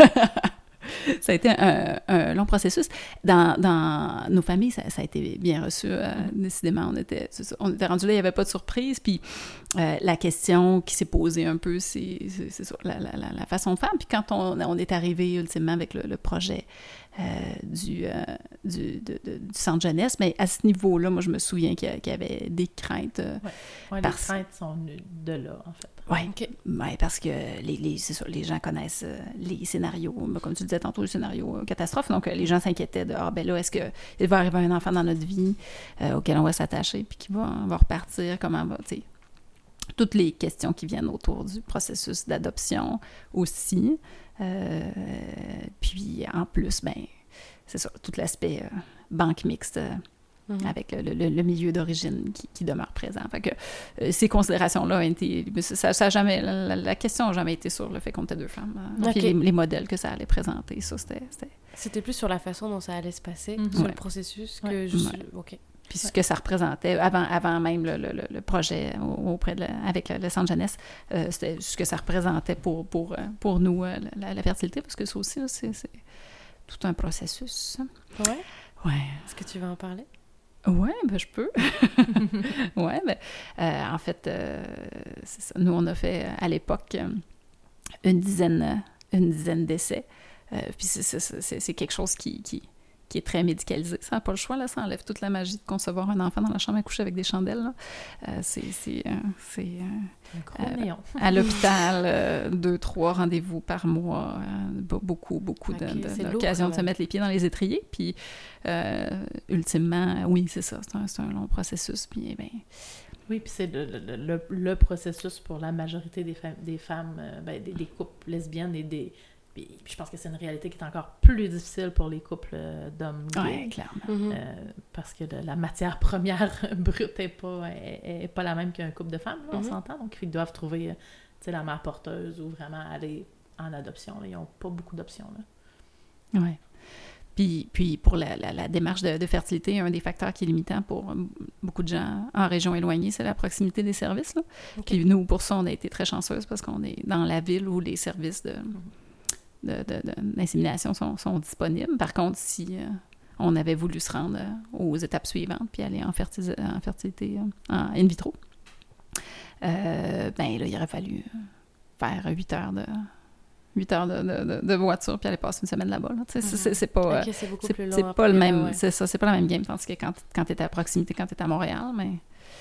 Ça a été un, un long processus. Dans, dans nos familles, ça, ça a été bien reçu. Euh, décidément, on était, on était rendus là, il n'y avait pas de surprise. Puis euh, la question qui s'est posée un peu, c'est, c'est, c'est ça, la, la, la façon de faire. Puis quand on, on est arrivé ultimement avec le, le projet euh, du, euh, du, de, de, du centre jeunesse, mais à ce niveau-là, moi, je me souviens qu'il y, a, qu'il y avait des craintes. Euh, ouais. Ouais, parce... Les craintes sont de là, en fait. Oui, okay. Ouais, parce que les, les, c'est ça, les gens connaissent euh, les scénarios, comme tu disais tantôt, le scénario euh, catastrophe. Donc, euh, les gens s'inquiétaient de « Ah, ben là, est-ce qu'il va arriver un enfant dans notre vie euh, auquel on va s'attacher, puis qui va, va repartir, comment va, tu sais. » Toutes les questions qui viennent autour du processus d'adoption aussi. Euh, puis, en plus, ben c'est ça, tout l'aspect euh, banque mixte. Euh, Mm-hmm. avec le, le, le milieu d'origine qui, qui demeure présent. Fait que euh, ces considérations-là ont été... Ça, ça a jamais, la, la question n'a jamais été sur le fait qu'on était deux femmes. Hein. Okay. Puis les, les modèles que ça allait présenter, ça, c'était... C'était, c'était plus sur la façon dont ça allait se passer, mm-hmm. sur ouais. le processus, que ouais. juste... Ouais. OK. Puis ce que ça représentait, avant, avant même le, le, le projet auprès de la, avec le, le centre jeunesse, euh, c'était ce que ça représentait pour, pour, pour nous, euh, la, la fertilité, parce que ça aussi, là, c'est, c'est tout un processus. Oui? Ouais. Est-ce que tu veux en parler? Oui, ben je peux. Oui, ben, euh, en fait, euh, c'est ça. Nous, on a fait à l'époque une dizaine, une dizaine d'essais. Euh, puis c'est, c'est, c'est, c'est quelque chose qui, qui, qui est très médicalisé. Ça n'a pas le choix, là. Ça enlève toute la magie de concevoir un enfant dans la chambre à coucher avec des chandelles. Là. Euh, c'est c'est, euh, c'est euh, un gros néon. Euh, à l'hôpital, euh, deux, trois rendez-vous par mois. Euh, beaucoup, beaucoup okay, de, de, d'occasions de se mettre les pieds dans les étriers. Puis, euh, ultimement, oui, c'est ça. C'est un, c'est un long processus. Puis, ben, oui, puis c'est le, le, le, le processus pour la majorité des, fam- des femmes, euh, ben, des, des couples lesbiennes et des... Puis, puis je pense que c'est une réalité qui est encore plus difficile pour les couples d'hommes gays. Oui, clairement. Mm-hmm. Euh, parce que le, la matière première brute n'est pas, est, est pas la même qu'un couple de femmes, là, mm-hmm. on s'entend. Donc, ils doivent trouver la mère porteuse ou vraiment aller en adoption. Là. Ils n'ont pas beaucoup d'options. Oui. Puis, puis pour la, la, la démarche de, de fertilité, un des facteurs qui est limitant pour beaucoup de gens en région éloignée, c'est la proximité des services. Là. Okay. Puis nous, pour ça, on a été très chanceuses parce qu'on est dans la ville où les services de... Mm-hmm. De, de, de, d'insémination sont, sont disponibles. Par contre, si euh, on avait voulu se rendre euh, aux étapes suivantes puis aller en, fertil- en fertilité euh, en in vitro, euh, ben là, il aurait fallu faire huit heures de huit heures de, de, de, de voiture puis aller passer une semaine là-bas. Là. Mm-hmm. C'est, c'est, c'est pas, okay, c'est beaucoup c'est, plus long c'est pas le même, là, ouais. c'est ça, c'est pas la même game, tandis que quand, quand tu es à proximité, quand tu es à Montréal, mais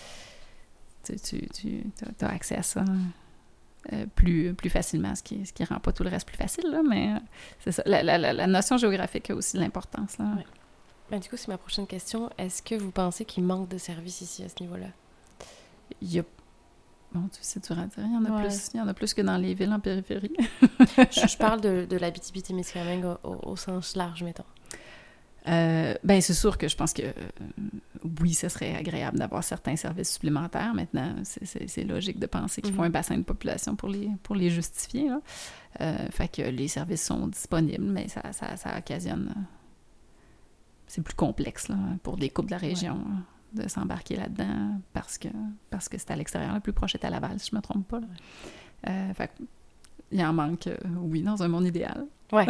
tu, tu, tu as accès à ça. Euh, plus, plus facilement, ce qui, ce qui rend pas tout le reste plus facile, là, mais euh, c'est ça. La, la, la notion géographique a aussi de l'importance. Là. Oui. Ben, du coup, c'est ma prochaine question. Est-ce que vous pensez qu'il manque de services ici, à ce niveau-là? Il y a... Bon, tu sais, tu vas dire, il y en a ouais. plus. Il y en a plus que dans les villes en périphérie. je, je parle de, de l'Abitibi-Témiscamingue au, au, au sens large, mettons. Euh, ben c'est sûr que je pense que euh, oui, ce serait agréable d'avoir certains services supplémentaires. Maintenant, c'est, c'est, c'est logique de penser qu'il mm-hmm. faut un bassin de population pour les, pour les justifier. Là. Euh, fait que les services sont disponibles, mais ça, ça, ça occasionne... C'est plus complexe là, pour des couples de la région ouais. de s'embarquer là-dedans parce que, parce que c'est à l'extérieur. Le plus proche est à Laval, si je ne me trompe pas. Là. Euh, fait que, il en manque, euh, oui, dans un monde idéal. Ouais.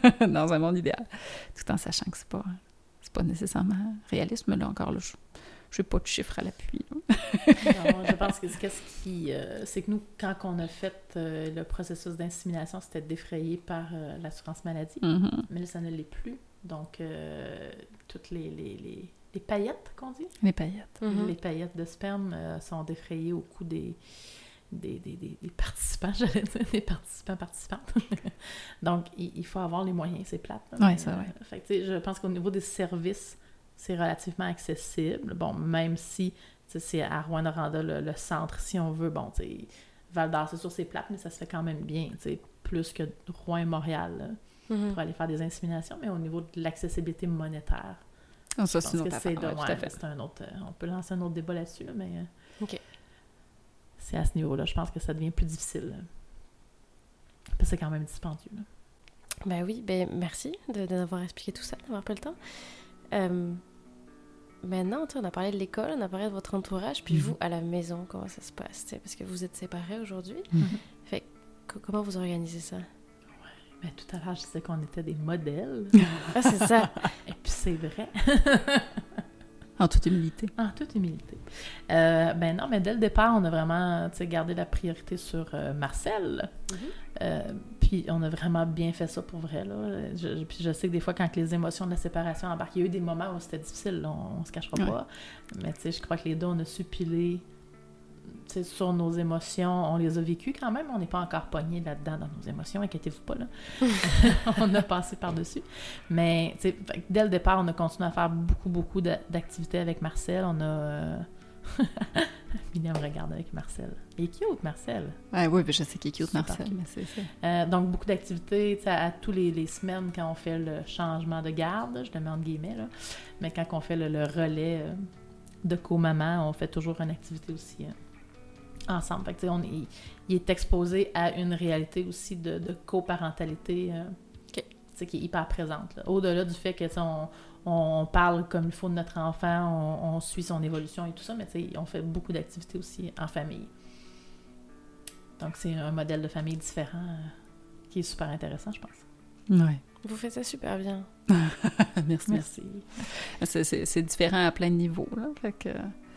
Dans un monde idéal. Tout en sachant que c'est pas, c'est pas nécessairement réaliste, mais là encore, là, je, j'ai pas de chiffres à l'appui. Non, je pense que ce qui... Euh, c'est que nous, quand on a fait euh, le processus d'insémination, c'était défrayé par euh, l'assurance maladie, mm-hmm. mais là, ça ne l'est plus. Donc, euh, toutes les, les, les, les paillettes, qu'on dit? Les paillettes. Mm-hmm. Les paillettes de sperme euh, sont défrayées au coût des... Des, des, des, des participants, j'allais dire, des participants, participantes. Donc, il, il faut avoir les moyens, c'est plate. Oui, c'est vrai. Euh, fait que, je pense qu'au niveau des services, c'est relativement accessible. Bon, même si c'est à Rouyn-Noranda, le, le centre, si on veut. Bon, tu sais, Val-d'Or, c'est sûr, c'est plate, mais ça se fait quand même bien, tu sais, plus que Rouyn-Montréal mm-hmm. pour aller faire des inséminations. Mais au niveau de l'accessibilité monétaire, oh, ça, je pense c'est que c'est de, ouais, ouais, c'est un autre... On peut lancer un autre débat là-dessus, là, mais... OK. C'est à ce niveau-là, je pense que ça devient plus difficile. Parce que c'est quand même dispendieux. Là. Ben oui, ben merci de, de m'avoir expliqué tout ça, d'avoir pris le temps. Euh, maintenant, on a parlé de l'école, on a parlé de votre entourage, puis mm-hmm. vous, à la maison, comment ça se passe? T'sais, parce que vous êtes séparés aujourd'hui. Mm-hmm. Fait que, comment vous organisez ça? Ouais, ben, tout à l'heure, je disais qu'on était des modèles. Ah, c'est ça. Et puis c'est vrai. En toute humilité. En toute humilité. Euh, ben non, mais dès le départ, on a vraiment gardé la priorité sur euh, Marcel. Mm-hmm. Euh, puis on a vraiment bien fait ça pour vrai. Là. Je, puis je sais que des fois, quand les émotions de la séparation embarquent, il y a eu des moments où c'était difficile, là, on ne se cachera pas. Ouais. Mais tu sais, je crois que les deux, on a su piler sur nos émotions. On les a vécues quand même. On n'est pas encore pognés là-dedans dans nos émotions. Inquiétez-vous pas, là. On a passé par-dessus. Mais tu sais, dès le départ, on a continué à faire beaucoup, beaucoup d'activités avec Marcel. On a... Euh... William regarde avec Marcel. Il est cute, Marcel. Ouais, oui, je sais qu'il est cute, Marcel. Mais c'est ça. Euh, donc, beaucoup d'activités à, à tous les, les semaines quand on fait le changement de garde, je le mets entre guillemets, là. Mais quand on fait le, le relais euh, de co-maman, on fait toujours une activité aussi euh, ensemble. Fait que, on est, il est exposé à une réalité aussi de, de coparentalité euh, okay. qui est hyper présente. Là. Au-delà du fait que on, on parle comme il faut de notre enfant, on, on suit son évolution et tout ça, mais on fait beaucoup d'activités aussi en famille. Donc, c'est un modèle de famille différent euh, qui est super intéressant, je pense. Oui. Vous faites ça super bien. Merci. Merci. C'est, c'est, c'est différent à plein de niveaux, là. Fait que...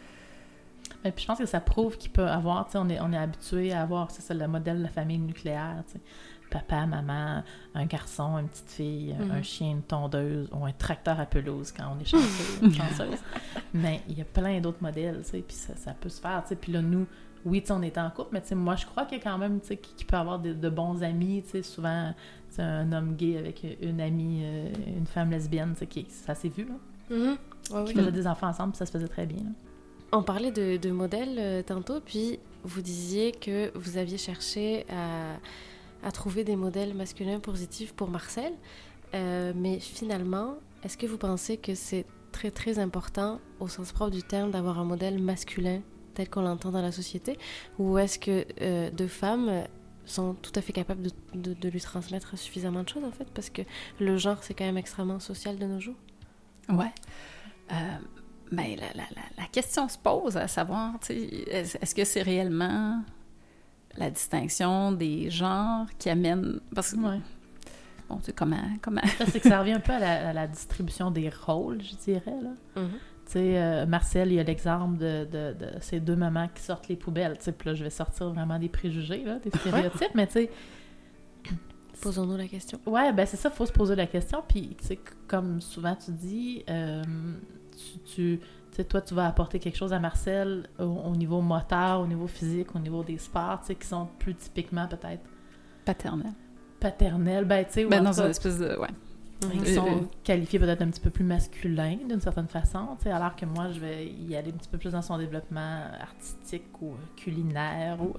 Et puis je pense que ça prouve qu'il peut avoir, tu sais, on est, on est habitué à avoir, c'est ça, le modèle de la famille nucléaire, tu sais. Papa, maman, un garçon, une petite fille, mm-hmm. un chien, une tondeuse ou un tracteur à pelouse quand on est chanceux, chanceuse. Mais il y a plein d'autres modèles, tu sais, puis ça, ça peut se faire, tu sais. Puis là, nous, oui, tu sais, on est en couple, mais tu sais, moi, je crois qu'il y a quand même, tu sais, qu'il peut avoir de, de bons amis, tu sais, souvent, tu sais, un homme gay avec une amie, euh, une femme lesbienne, tu sais, qui, ça s'est vu, là. Mm-hmm. Ouais, qui oui. faisaient des enfants ensemble, puis ça se faisait très bien, là. On parlait de, de modèles euh, tantôt, puis vous disiez que vous aviez cherché à, à trouver des modèles masculins positifs pour Marcel. Euh, mais finalement, est-ce que vous pensez que c'est très, très important, au sens propre du terme, d'avoir un modèle masculin tel qu'on l'entend dans la société? Ou est-ce que euh, deux femmes sont tout à fait capables de, de, de lui transmettre suffisamment de choses, en fait? Parce que le genre, c'est quand même extrêmement social de nos jours. Ouais. Euh... Bien, la, la, la question se pose à savoir, est-ce, est-ce que c'est réellement la distinction des genres qui amène... Parce que, ouais. bon, tu sais, comment... comment... c'est que ça revient un peu à la, à la distribution des rôles, je dirais, là. Mm-hmm. Tu sais, euh, Marcel, il y a l'exemple de, de, de ces deux mamans qui sortent les poubelles, tu sais, puis là, je vais sortir vraiment des préjugés, là, des stéréotypes, mais tu sais... Posons-nous la question. Ouais, ben c'est ça, il faut se poser la question, puis tu sais, comme souvent tu dis... Euh, Tu, tu sais, toi, tu vas apporter quelque chose à Marcel au, au niveau moteur, au niveau physique, au niveau des sports, tu sais, qui sont plus typiquement peut-être... Paternels. Paternels, ben tu sais... Ben dans une espèce de... Ouais. Mm-hmm. Qui sont euh, qualifiés peut-être un petit peu plus masculins, d'une certaine façon, tu sais, alors que moi, je vais y aller un petit peu plus dans son développement artistique ou culinaire, ou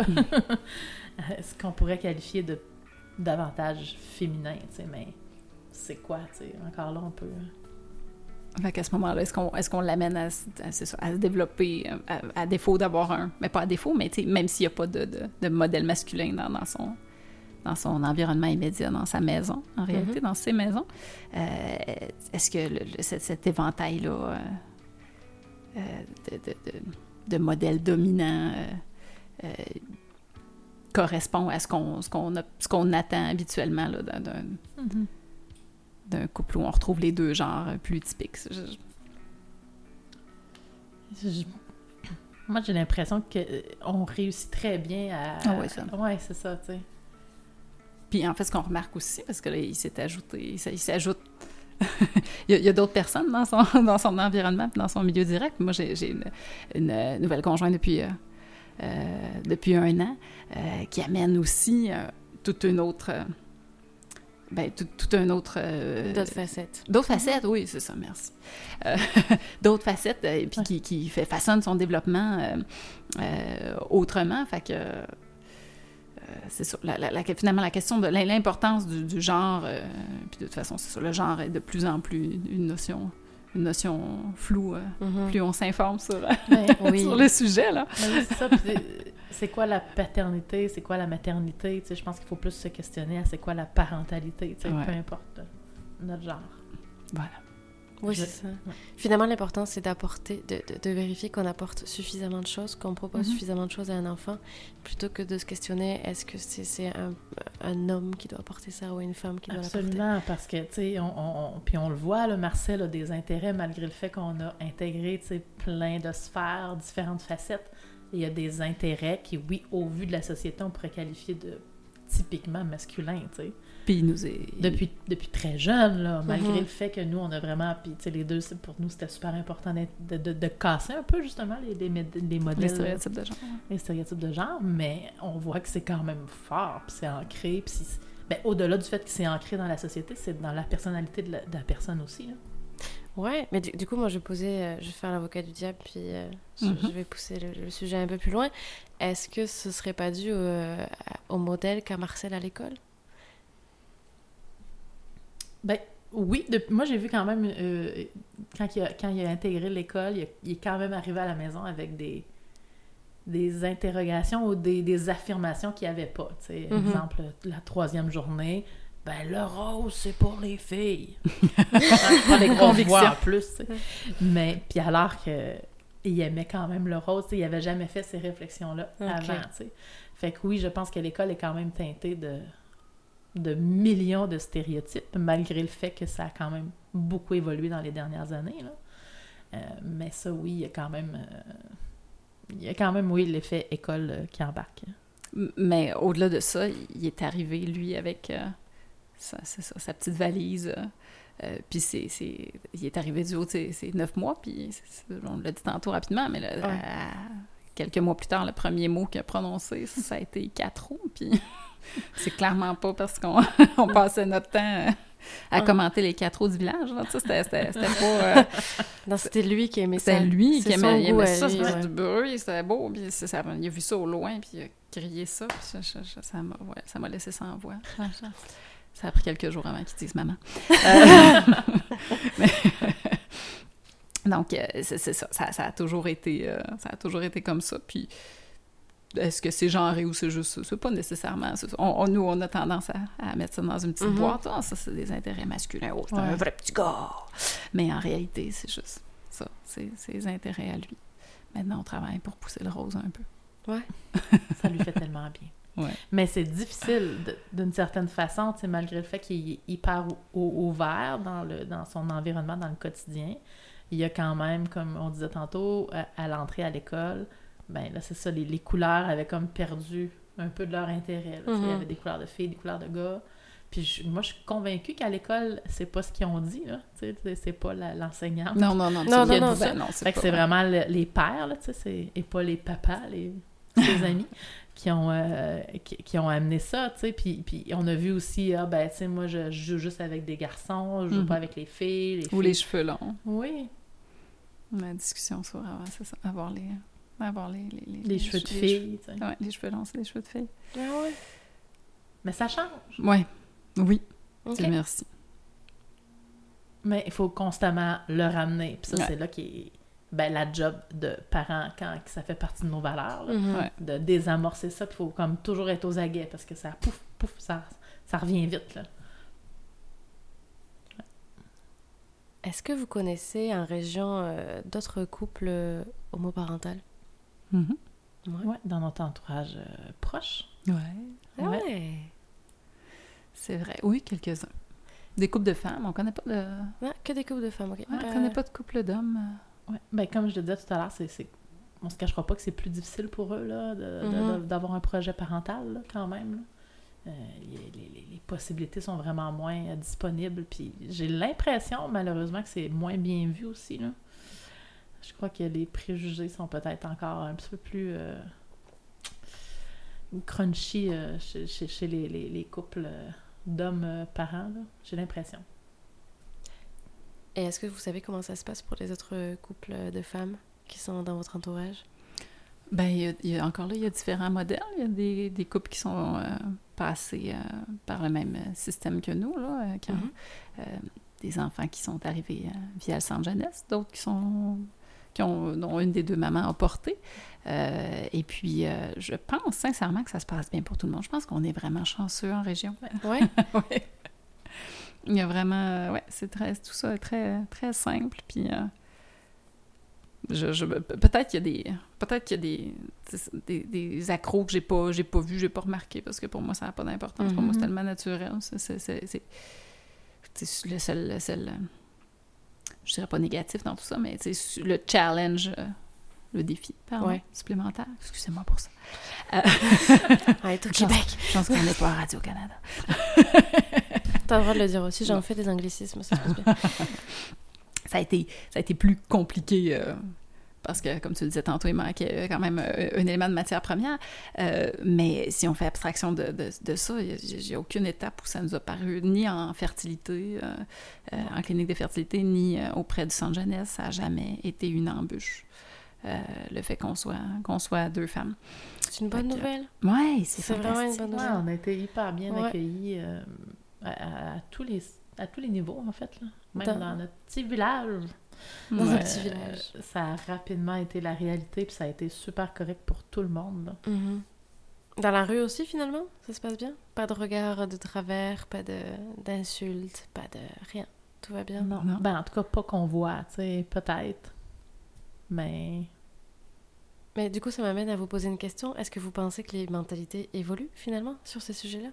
ce qu'on pourrait qualifier de davantage féminin, tu sais, mais c'est quoi, tu sais, encore là, on peut... Fait qu'à ce moment-là, est-ce qu'on, est-ce qu'on l'amène à, à, à se développer à, à défaut d'avoir un... Mais pas à défaut, mais même s'il n'y a pas de, de, de modèle masculin dans, dans, son, dans son environnement immédiat, dans sa maison, en réalité, mm-hmm. dans ses maisons, euh, est-ce que le, le, cet, cet éventail-là euh, euh, de, de, de, de modèles dominants euh, euh, correspond à ce qu'on, ce qu'on, a, ce qu'on attend habituellement là, d'un... d'un mm-hmm. d'un couple où on retrouve les deux genres plus typiques. Je... Je... Moi, j'ai l'impression qu'on réussit très bien à... Ah oui, ça. Ouais, c'est ça, tu sais. Puis en fait, ce qu'on remarque aussi, parce que là, il s'est ajouté, il s'ajoute... il y a, il y a d'autres personnes dans son, dans son environnement, dans son milieu direct. Moi, j'ai, j'ai une, une nouvelle conjointe depuis, euh, euh, depuis un an euh, qui amène aussi euh, toute une autre... Euh, ben, tout, tout un autre... Euh, d'autres facettes. D'autres facettes, oui, c'est ça, merci. Euh, d'autres facettes, et euh, puis ouais. qui, qui fait, façonne son développement euh, euh, autrement. Fait que... Euh, c'est ça, la, la, la, finalement, la question de l'importance du, du genre, euh, puis de toute façon, c'est ça, le genre est de plus en plus une notion, une notion floue, euh, mm-hmm. plus on s'informe sur, ouais, oui. sur le sujet, là. Oui, c'est ça, puis c'est quoi la paternité, c'est quoi la maternité, tu sais, je pense qu'il faut plus se questionner à c'est quoi la parentalité, tu sais, ouais. peu importe notre genre. Voilà. Oui, je... c'est ça. Ouais. Finalement, l'important, c'est d'apporter, de, de, de vérifier qu'on apporte suffisamment de choses, qu'on propose mm-hmm. suffisamment de choses à un enfant, plutôt que de se questionner, est-ce que c'est, c'est un, un homme qui doit apporter ça ou une femme qui doit Absolument, l'apporter? Absolument, parce que, tu sais, on, on, puis on le voit, là, Marcel a des intérêts, malgré le fait qu'on a intégré, tu sais, plein de sphères, différentes facettes. Il y a des intérêts qui, oui, au vu de la société, on pourrait qualifier de typiquement masculins, tu sais. Puis il nous est... Depuis, depuis très jeune, là, malgré mm-hmm. le fait que nous, on a vraiment... Puis, tu sais, les deux, pour nous, c'était super important de, de, de casser un peu, justement, les, les, les modèles... Les stéréotypes de genre. Les stéréotypes de genre, mais on voit que c'est quand même fort, puis c'est ancré, puis c'est... Ben, au-delà du fait que c'est ancré dans la société, c'est dans la personnalité de la, de la personne aussi, là. Ouais, mais du, du coup, moi, je vais poser... Euh, je vais faire l'avocat du diable, puis euh, je, mm-hmm. je vais pousser le, le sujet un peu plus loin. Est-ce que ce serait pas dû euh, au modèle qu'a Marcel à l'école? Ben oui, de, moi j'ai vu quand même, euh, quand, il a, quand il a intégré l'école, il, a, il est quand même arrivé à la maison avec des, des interrogations ou des, des affirmations qu'il n'y avait pas. Tu sais, mm-hmm. exemple, la troisième journée, ben le rose c'est pour les filles. Pas les grosses voix en plus. Tu sais. Mais puis alors que il aimait quand même le rose, tu sais, il n'avait jamais fait ces réflexions-là okay. avant. Tu sais. Fait que oui, je pense que l'école est quand même teintée de... de millions de stéréotypes, malgré le fait que ça a quand même beaucoup évolué dans les dernières années. Là. Euh, mais ça, oui, il y a quand même... Euh, il y a quand même, oui, l'effet école euh, qui embarque. Mais au-delà de ça, il est arrivé, lui, avec euh, sa, sa, sa petite valise. Euh, puis c'est, c'est, il est arrivé du haut de ses, ses neuf mois, puis on l'a dit tantôt rapidement, mais là, ouais. à, quelques mois plus tard, le premier mot qu'il a prononcé, ça a été quatre roues, puis... C'est clairement pas parce qu'on on passait notre temps à commenter les quatre roues du village. Là. C'était, c'était, c'était pas... Euh, non, c'était lui qui aimait ça. C'était lui qui aimait, il aimait ça. Lui, c'était ouais. du bruit, c'était beau. Puis ça, ça, il a vu ça au loin, puis il a crié ça. Puis ça, ça, ça, ça, m'a, ouais, ça m'a laissé sans voix. Ça a pris quelques jours avant qu'il dise « maman ». Euh, mais, donc, c'est, c'est ça. Ça, ça, a toujours été, euh, ça a toujours été comme ça. Puis... Est-ce que c'est genré ou c'est juste ça? C'est pas nécessairement ça. On, on, nous, on a tendance à, à mettre ça dans une petite mm-hmm. boîte. Ah, ça, c'est des intérêts masculins. Oh, c'est ouais. un vrai petit gars! Mais en réalité, c'est juste ça. C'est ses intérêts à lui. Maintenant, on travaille pour pousser le rose un peu. Ouais. Ça lui fait tellement bien. Ouais. Mais c'est difficile de, d'une certaine façon, malgré le fait qu'il est hyper ouvert dans, le, dans son environnement, dans le quotidien. Il y a quand même, comme on disait tantôt, à, à l'entrée à l'école... Ben là, c'est ça, les, les couleurs avaient comme perdu un peu de leur intérêt. Là. Mm-hmm. Il y avait des couleurs de filles, des couleurs de gars. Puis je, moi, je suis convaincue qu'à l'école, c'est pas ce qu'ils ont dit, là. Tu sais, c'est pas la, l'enseignante. Non, non, non. Non, non, non, non, ça. Ben non, c'est fait pas... que c'est vraiment le, les pères, là, tu sais, c'est, et pas les papas, les, les amis, qui ont, euh, qui, qui ont amené ça, tu sais. Puis, puis on a vu aussi, ah, ben, tu sais, moi, je, je joue juste avec des garçons, je joue mm-hmm. pas avec les filles. Les Ou filles. les cheveux longs. Oui. La discussion sur avant, c'est ça, avoir les... avoir les, les, les, les, les cheveux de filles. Oui, les cheveux longs, c'est des cheveux de filles. Ah ouais. Mais ça change. Ouais. Oui. Okay. Dieu merci. Mais il faut constamment le ramener. Puis ça, ouais. c'est là qui est ben, la job de parents quand ça fait partie de nos valeurs. Là, mm-hmm. ouais. De désamorcer ça. Puis il faut comme toujours être aux aguets parce que ça, pouf, pouf, ça, ça revient vite. Là. Est-ce que vous connaissez en région euh, d'autres couples euh, homoparentales? Mm-hmm. Ouais. ouais, dans notre entourage euh, proche. Ouais. Ah ouais. ouais. C'est vrai. Oui, quelques-uns. Des couples de femmes, on connaît pas de... Ouais, que des couples de femmes, ok. Ouais, on euh... connaît pas de couple d'hommes. Ouais. Ben, comme je le disais tout à l'heure, c'est, c'est... on se cachera pas que c'est plus difficile pour eux là, de, mm-hmm. de, d'avoir un projet parental là, quand même. Là. Euh, les, les, les possibilités sont vraiment moins euh, disponibles. Puis j'ai l'impression, malheureusement, que c'est moins bien vu aussi. Là. Je crois que les préjugés sont peut-être encore un petit peu plus euh, crunchy euh, chez, chez, chez les, les, les couples euh, d'hommes-parents. Là. J'ai l'impression. Et est-ce que vous savez comment ça se passe pour les autres couples de femmes qui sont dans votre entourage? Ben, il y a, il y a, encore là, il y a différents modèles. Il y a des, des couples qui sont euh, passés euh, par le même système que nous, là, qui ont mm-hmm. euh, des enfants qui sont arrivés euh, via le centre jeunesse, d'autres qui sont qui ont, dont une des deux mamans a porté. Euh, et puis, euh, je pense sincèrement que ça se passe bien pour tout le monde. Je pense qu'on est vraiment chanceux en région. Oui? Oui. Il y a vraiment... Oui, c'est très, tout ça est très, très simple. Puis, euh, je, je, peut-être qu'il y a des... Peut-être qu'il y a des, des, des accros que j'ai pas, j'ai pas vus, j'ai pas remarqué, parce que pour moi, ça n'a pas d'importance. Mm-hmm. Pour moi, c'est tellement naturel. C'est, c'est, c'est, c'est, c'est le seul... Le seul je dirais pas négatif dans tout ça, mais c'est le challenge... le défi, pardon, ouais. supplémentaire. Excusez-moi pour ça. Euh... ouais, au Québec. Je pense qu'on n'est pas à Radio-Canada. T'as le droit de le dire aussi, j'en fais des anglicismes, ça se passe bien. ça, a été, ça a été plus compliqué, euh, parce que, comme tu le disais tantôt, il manquait quand même un, un élément de matière première. Euh, mais si on fait abstraction de, de, de ça, il n'y a, a aucune étape où ça nous a paru, ni en fertilité, euh, euh, en clinique de fertilité, ni euh, auprès du centre jeunesse, ça n'a jamais été une embûche. Euh, le fait qu'on soit, qu'on soit deux femmes. C'est une bonne que, nouvelle. Oui, c'est, c'est vraiment une bonne nouvelle. Ouais, on a été hyper bien ouais. accueillis euh, à, à, à, tous les, à tous les niveaux, en fait. Là. Même dans, dans notre petit village. Dans euh, un petit village. Ça a rapidement été la réalité, puis ça a été super correct pour tout le monde. Là. Mm-hmm. Dans la rue aussi, finalement, ça se passe bien? Pas de regard de travers, pas de, d'insultes, pas de rien. Tout va bien? Non, non. Ben, en tout cas, pas qu'on voit, tu sais, peut-être. Mais... Mais du coup, ça m'amène à vous poser une question. Est-ce que vous pensez que les mentalités évoluent, finalement, sur ces sujets-là?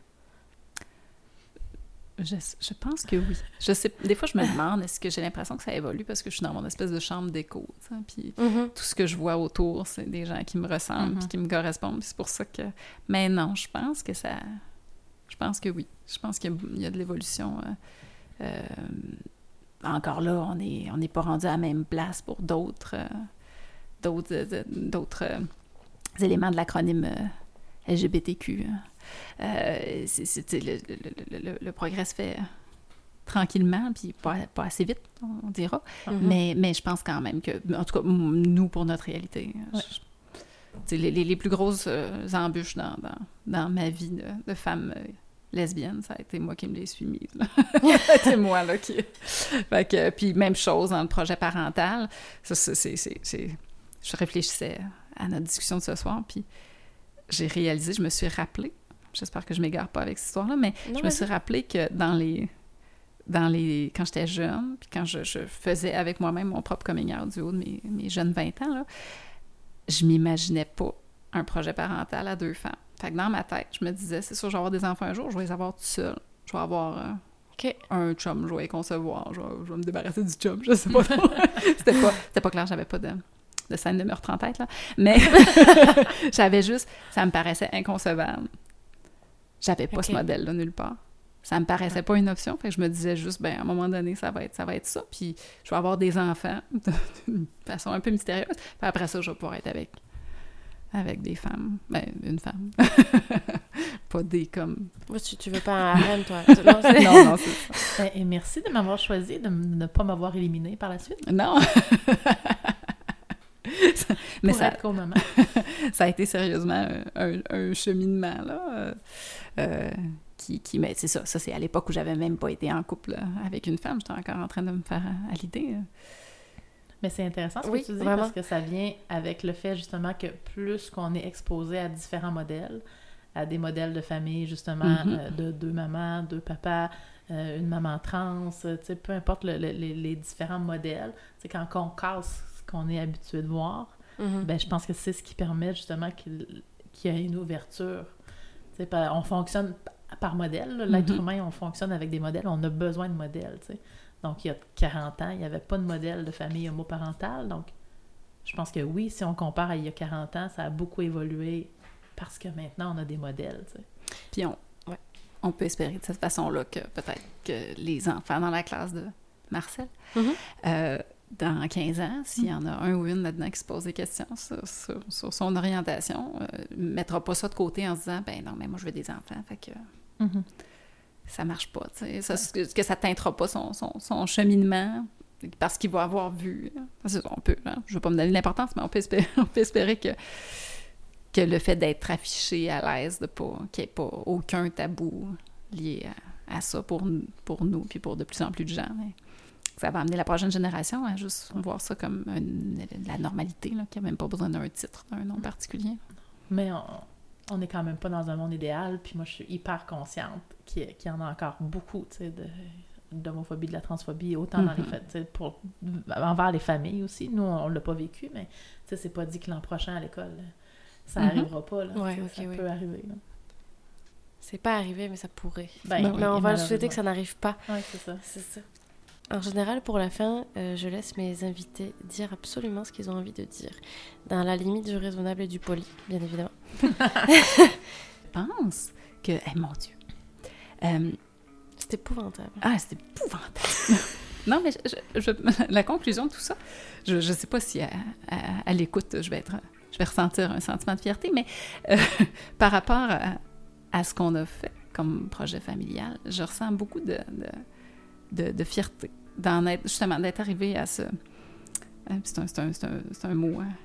Je, je pense que oui. Je sais, des fois, je me demande, est-ce que j'ai l'impression que ça évolue parce que je suis dans mon espèce de chambre d'écho, puis mm-hmm. tout ce que je vois autour, c'est des gens qui me ressemblent, mm-hmm. puis qui me correspondent, puis c'est pour ça que... Mais non, je pense que ça... Je pense que oui. Je pense qu'il y a, il y a de l'évolution. Euh, euh, encore là, on n'est on n'est pas rendu à la même place pour d'autres... Euh, d'autres, euh, d'autres euh, éléments de l'acronyme euh, L G B T Q. Euh, c'est, c'est, le, le, le, le progrès se fait tranquillement, puis pas, pas assez vite, on dira. Mm-hmm. Mais, mais je pense quand même que, en tout cas, nous, pour notre réalité, ouais. je, les, les, les plus grosses euh, embûches dans, dans, dans ma vie de, de femme euh, lesbienne, ça a été moi qui me les suis mises. C'est moi, là, qui... Fait que, puis même chose dans le projet parental. Ça, c'est, c'est, c'est, c'est... Je réfléchissais à notre discussion de ce soir, puis j'ai réalisé, je me suis rappelé, j'espère que je m'égare pas avec cette histoire-là, mais non, je me suis rappelé que dans les... dans les quand j'étais jeune, puis quand je, je faisais avec moi-même mon propre coming out du haut de mes, mes jeunes vingt ans, là, je m'imaginais pas un projet parental à deux femmes. Fait que dans ma tête, je me disais, c'est sûr, je vais avoir des enfants un jour, je vais les avoir tout seul. Je vais avoir euh, okay. un chum, je vais les concevoir, je vais, je vais me débarrasser du chum, je sais pas trop. c'était, pas, c'était pas clair, j'avais pas de, de scène de meurtre en tête, là. Mais j'avais juste, ça me paraissait inconcevable. J'avais pas okay. ce modèle-là nulle part. Ça me paraissait ah. pas une option, fait que je me disais juste, ben à un moment donné, ça va être ça, va être ça, puis je vais avoir des enfants d'une façon un peu mystérieuse, puis après ça, je vais pouvoir être avec... avec des femmes. Ben, une femme. Pas des comme... Moi, tu, tu veux pas un harem, toi? Non, c'est... non, non, c'est ça. Et merci de m'avoir choisi, de ne pas m'avoir éliminée par la suite. Non! ça, mais Pour ça, être co-maman. Ça a été sérieusement un, un cheminement, là. Euh, qui, qui, mais c'est ça, ça c'est à l'époque où j'avais même pas été en couple avec une femme. J'étais encore en train de me faire à, à l'idée. Mais c'est intéressant ce oui, que tu dis, vraiment. Parce que ça vient avec le fait, justement, que plus qu'on est exposé à différents modèles, à des modèles de famille, justement, mm-hmm. euh, de deux mamans, deux papas, euh, une maman trans, tu sais, peu importe le, le, les, les différents modèles, tu sais, quand on casse ce qu'on est habitué de voir, mm-hmm. ben je pense que c'est ce qui permet, justement, qu'il, qu'il y ait une ouverture. Tu sais, on fonctionne par modèle, là. L'être mm-hmm. humain, on fonctionne avec des modèles, on a besoin de modèles, tu sais. Donc, il y a quarante ans, il n'y avait pas de modèle de famille homoparentale. Donc, je pense que oui, si on compare à il y a quarante ans, ça a beaucoup évolué parce que maintenant, on a des modèles, tu sais. Puis on, ouais, on peut espérer de cette façon-là que peut-être que les enfants dans la classe de Marcel, mm-hmm. euh, dans quinze ans, s'il y en a un ou une là-dedans qui se pose des questions sur, sur, sur son orientation, euh, ne mettra pas ça de côté en se disant « ben non, mais moi, je veux des enfants, fait que mm-hmm. ça marche pas. » Ça, ouais. Que ça ne teintera pas son, son, son cheminement parce qu'il va avoir vu. C'est, on peut, hein, je ne veux pas me donner l'importance, mais on peut espérer, on peut espérer que, que le fait d'être affiché à l'aise, de pas, qu'il n'y ait pas aucun tabou lié à, à ça pour, pour nous puis pour de plus en plus de gens. Mais ça va amener la prochaine génération à juste voir ça comme une, la normalité, là, qu'il n'y a même pas besoin d'un titre, d'un nom particulier. Mais on, on n'est quand même pas dans un monde idéal, puis moi, je suis hyper consciente qu'il y, qu'il y en a encore beaucoup, tu sais, de, d'homophobie, de la transphobie, autant mm-hmm. dans les fêtes, tu sais, pour, envers les familles aussi. Nous, on ne l'a pas vécu, mais tu sais, c'est pas dit que l'an prochain, à l'école, ça n'arrivera mm-hmm. pas, là. Ouais, okay, ça oui. peut arriver, là. C'est pas arrivé, mais ça pourrait. Ben, mais oui, on va souhaiter que ça n'arrive pas. Oui, c'est ça. C'est ça. En général, pour la fin, euh, je laisse mes invités dire absolument ce qu'ils ont envie de dire, dans la limite du raisonnable et du poli, bien évidemment. Je pense que... Eh, mon Dieu! Euh... C'est épouvantable. Ah, c'est épouvantable! Non, mais je, je, je, la conclusion de tout ça, je ne sais pas si à, à, à l'écoute, je vais, être, je vais ressentir un sentiment de fierté, mais euh, par rapport à, à ce qu'on a fait comme projet familial, je ressens beaucoup de... de De, de fierté, d'en être, justement, d'être arrivé à ce... C'est un, c'est un, c'est un, c'est un mot hein,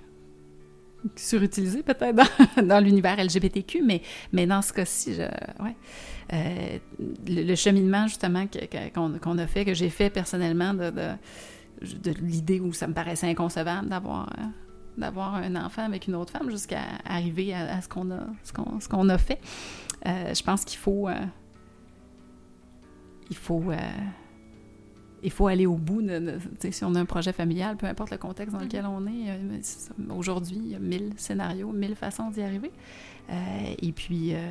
surutilisé peut-être dans, dans l'univers L G B T Q, mais, mais dans ce cas-ci, je, ouais, euh, le, le cheminement, justement, que, que, qu'on, qu'on a fait, que j'ai fait personnellement, de, de, de l'idée où ça me paraissait inconcevable d'avoir, euh, d'avoir un enfant avec une autre femme, jusqu'à arriver à, à ce, qu'on a, ce, qu'on, ce qu'on a fait. Euh, je pense qu'il faut... Euh, il faut... Euh, Il faut aller au bout. De, de, si on a un projet familial, peu importe le contexte dans lequel on est, euh, c'est aujourd'hui, il y a mille scénarios, mille façons d'y arriver. Euh, et puis, euh,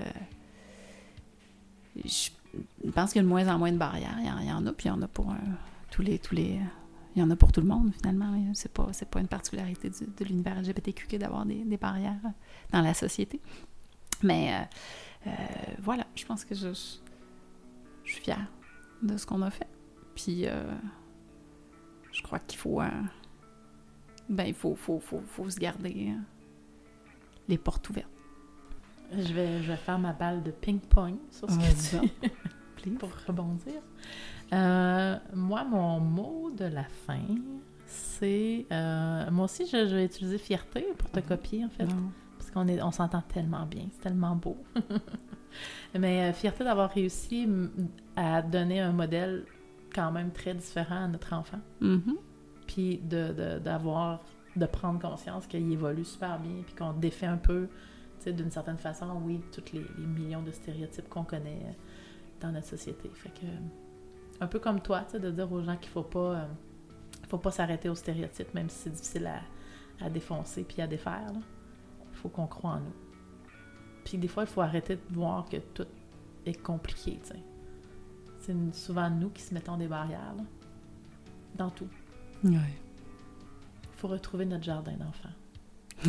je pense qu'il y a de moins en moins de barrières. Il y en, il y en a, puis il y en a pour un, tous les... Tous les il y en a pour tout le monde, finalement. C'est pas, c'est pas une particularité du, de l'univers L G B T Q que d'avoir des, des barrières dans la société. Mais euh, euh, voilà, je pense que je, je suis fière de ce qu'on a fait. Puis, euh, je crois qu'il faut... Euh, ben, il faut, faut, faut, faut se garder euh, les portes ouvertes. Je vais, je vais faire ma balle de ping-pong sur ce que tu dis, pour rebondir. Euh, moi, mon mot de la fin, c'est... Euh, moi aussi, je, je vais utiliser fierté pour te copier, en fait. Non. Parce qu'on est, on s'entend tellement bien, c'est tellement beau. Mais euh, fierté d'avoir réussi à donner un modèle quand même très différent à notre enfant. Mm-hmm. Puis de, de, d'avoir, de prendre conscience qu'il évolue super bien, puis qu'on défait un peu, tu sais, d'une certaine façon, oui, tous les, les millions de stéréotypes qu'on connaît dans notre société. Fait que, un peu comme toi, tu sais, de dire aux gens qu'il faut pas, euh, faut pas s'arrêter aux stéréotypes, même si c'est difficile à, à défoncer puis à défaire, là. Il faut qu'on croie en nous. Puis des fois, il faut arrêter de voir que tout est compliqué, tu sais. C'est souvent nous qui se mettons des barrières, là, dans tout. Oui. Il faut retrouver notre jardin d'enfants.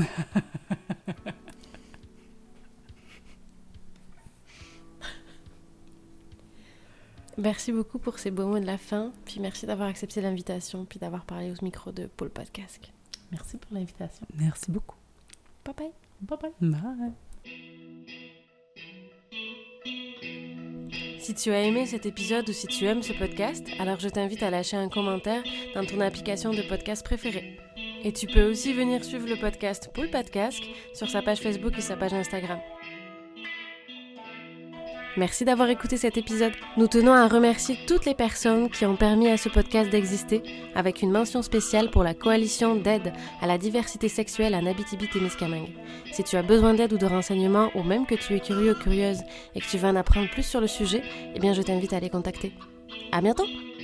Merci beaucoup pour ces beaux mots de la fin, puis merci d'avoir accepté l'invitation, puis d'avoir parlé au micro de Paul Podcast. Merci pour l'invitation. Merci beaucoup. Bye bye. Bye bye. Bye. Si tu as aimé cet épisode ou si tu aimes ce podcast, alors je t'invite à lâcher un commentaire dans ton application de podcast préférée. Et tu peux aussi venir suivre le podcast Paul Podcast sur sa page Facebook et sa page Instagram. Merci d'avoir écouté cet épisode. Nous tenons à remercier toutes les personnes qui ont permis à ce podcast d'exister, avec une mention spéciale pour la coalition d'aide à la diversité sexuelle en Abitibi-Témiscamingue. Si tu as besoin d'aide ou de renseignements, ou même que tu es curieux ou curieuse et que tu veux en apprendre plus sur le sujet, eh bien je t'invite à les contacter. À bientôt!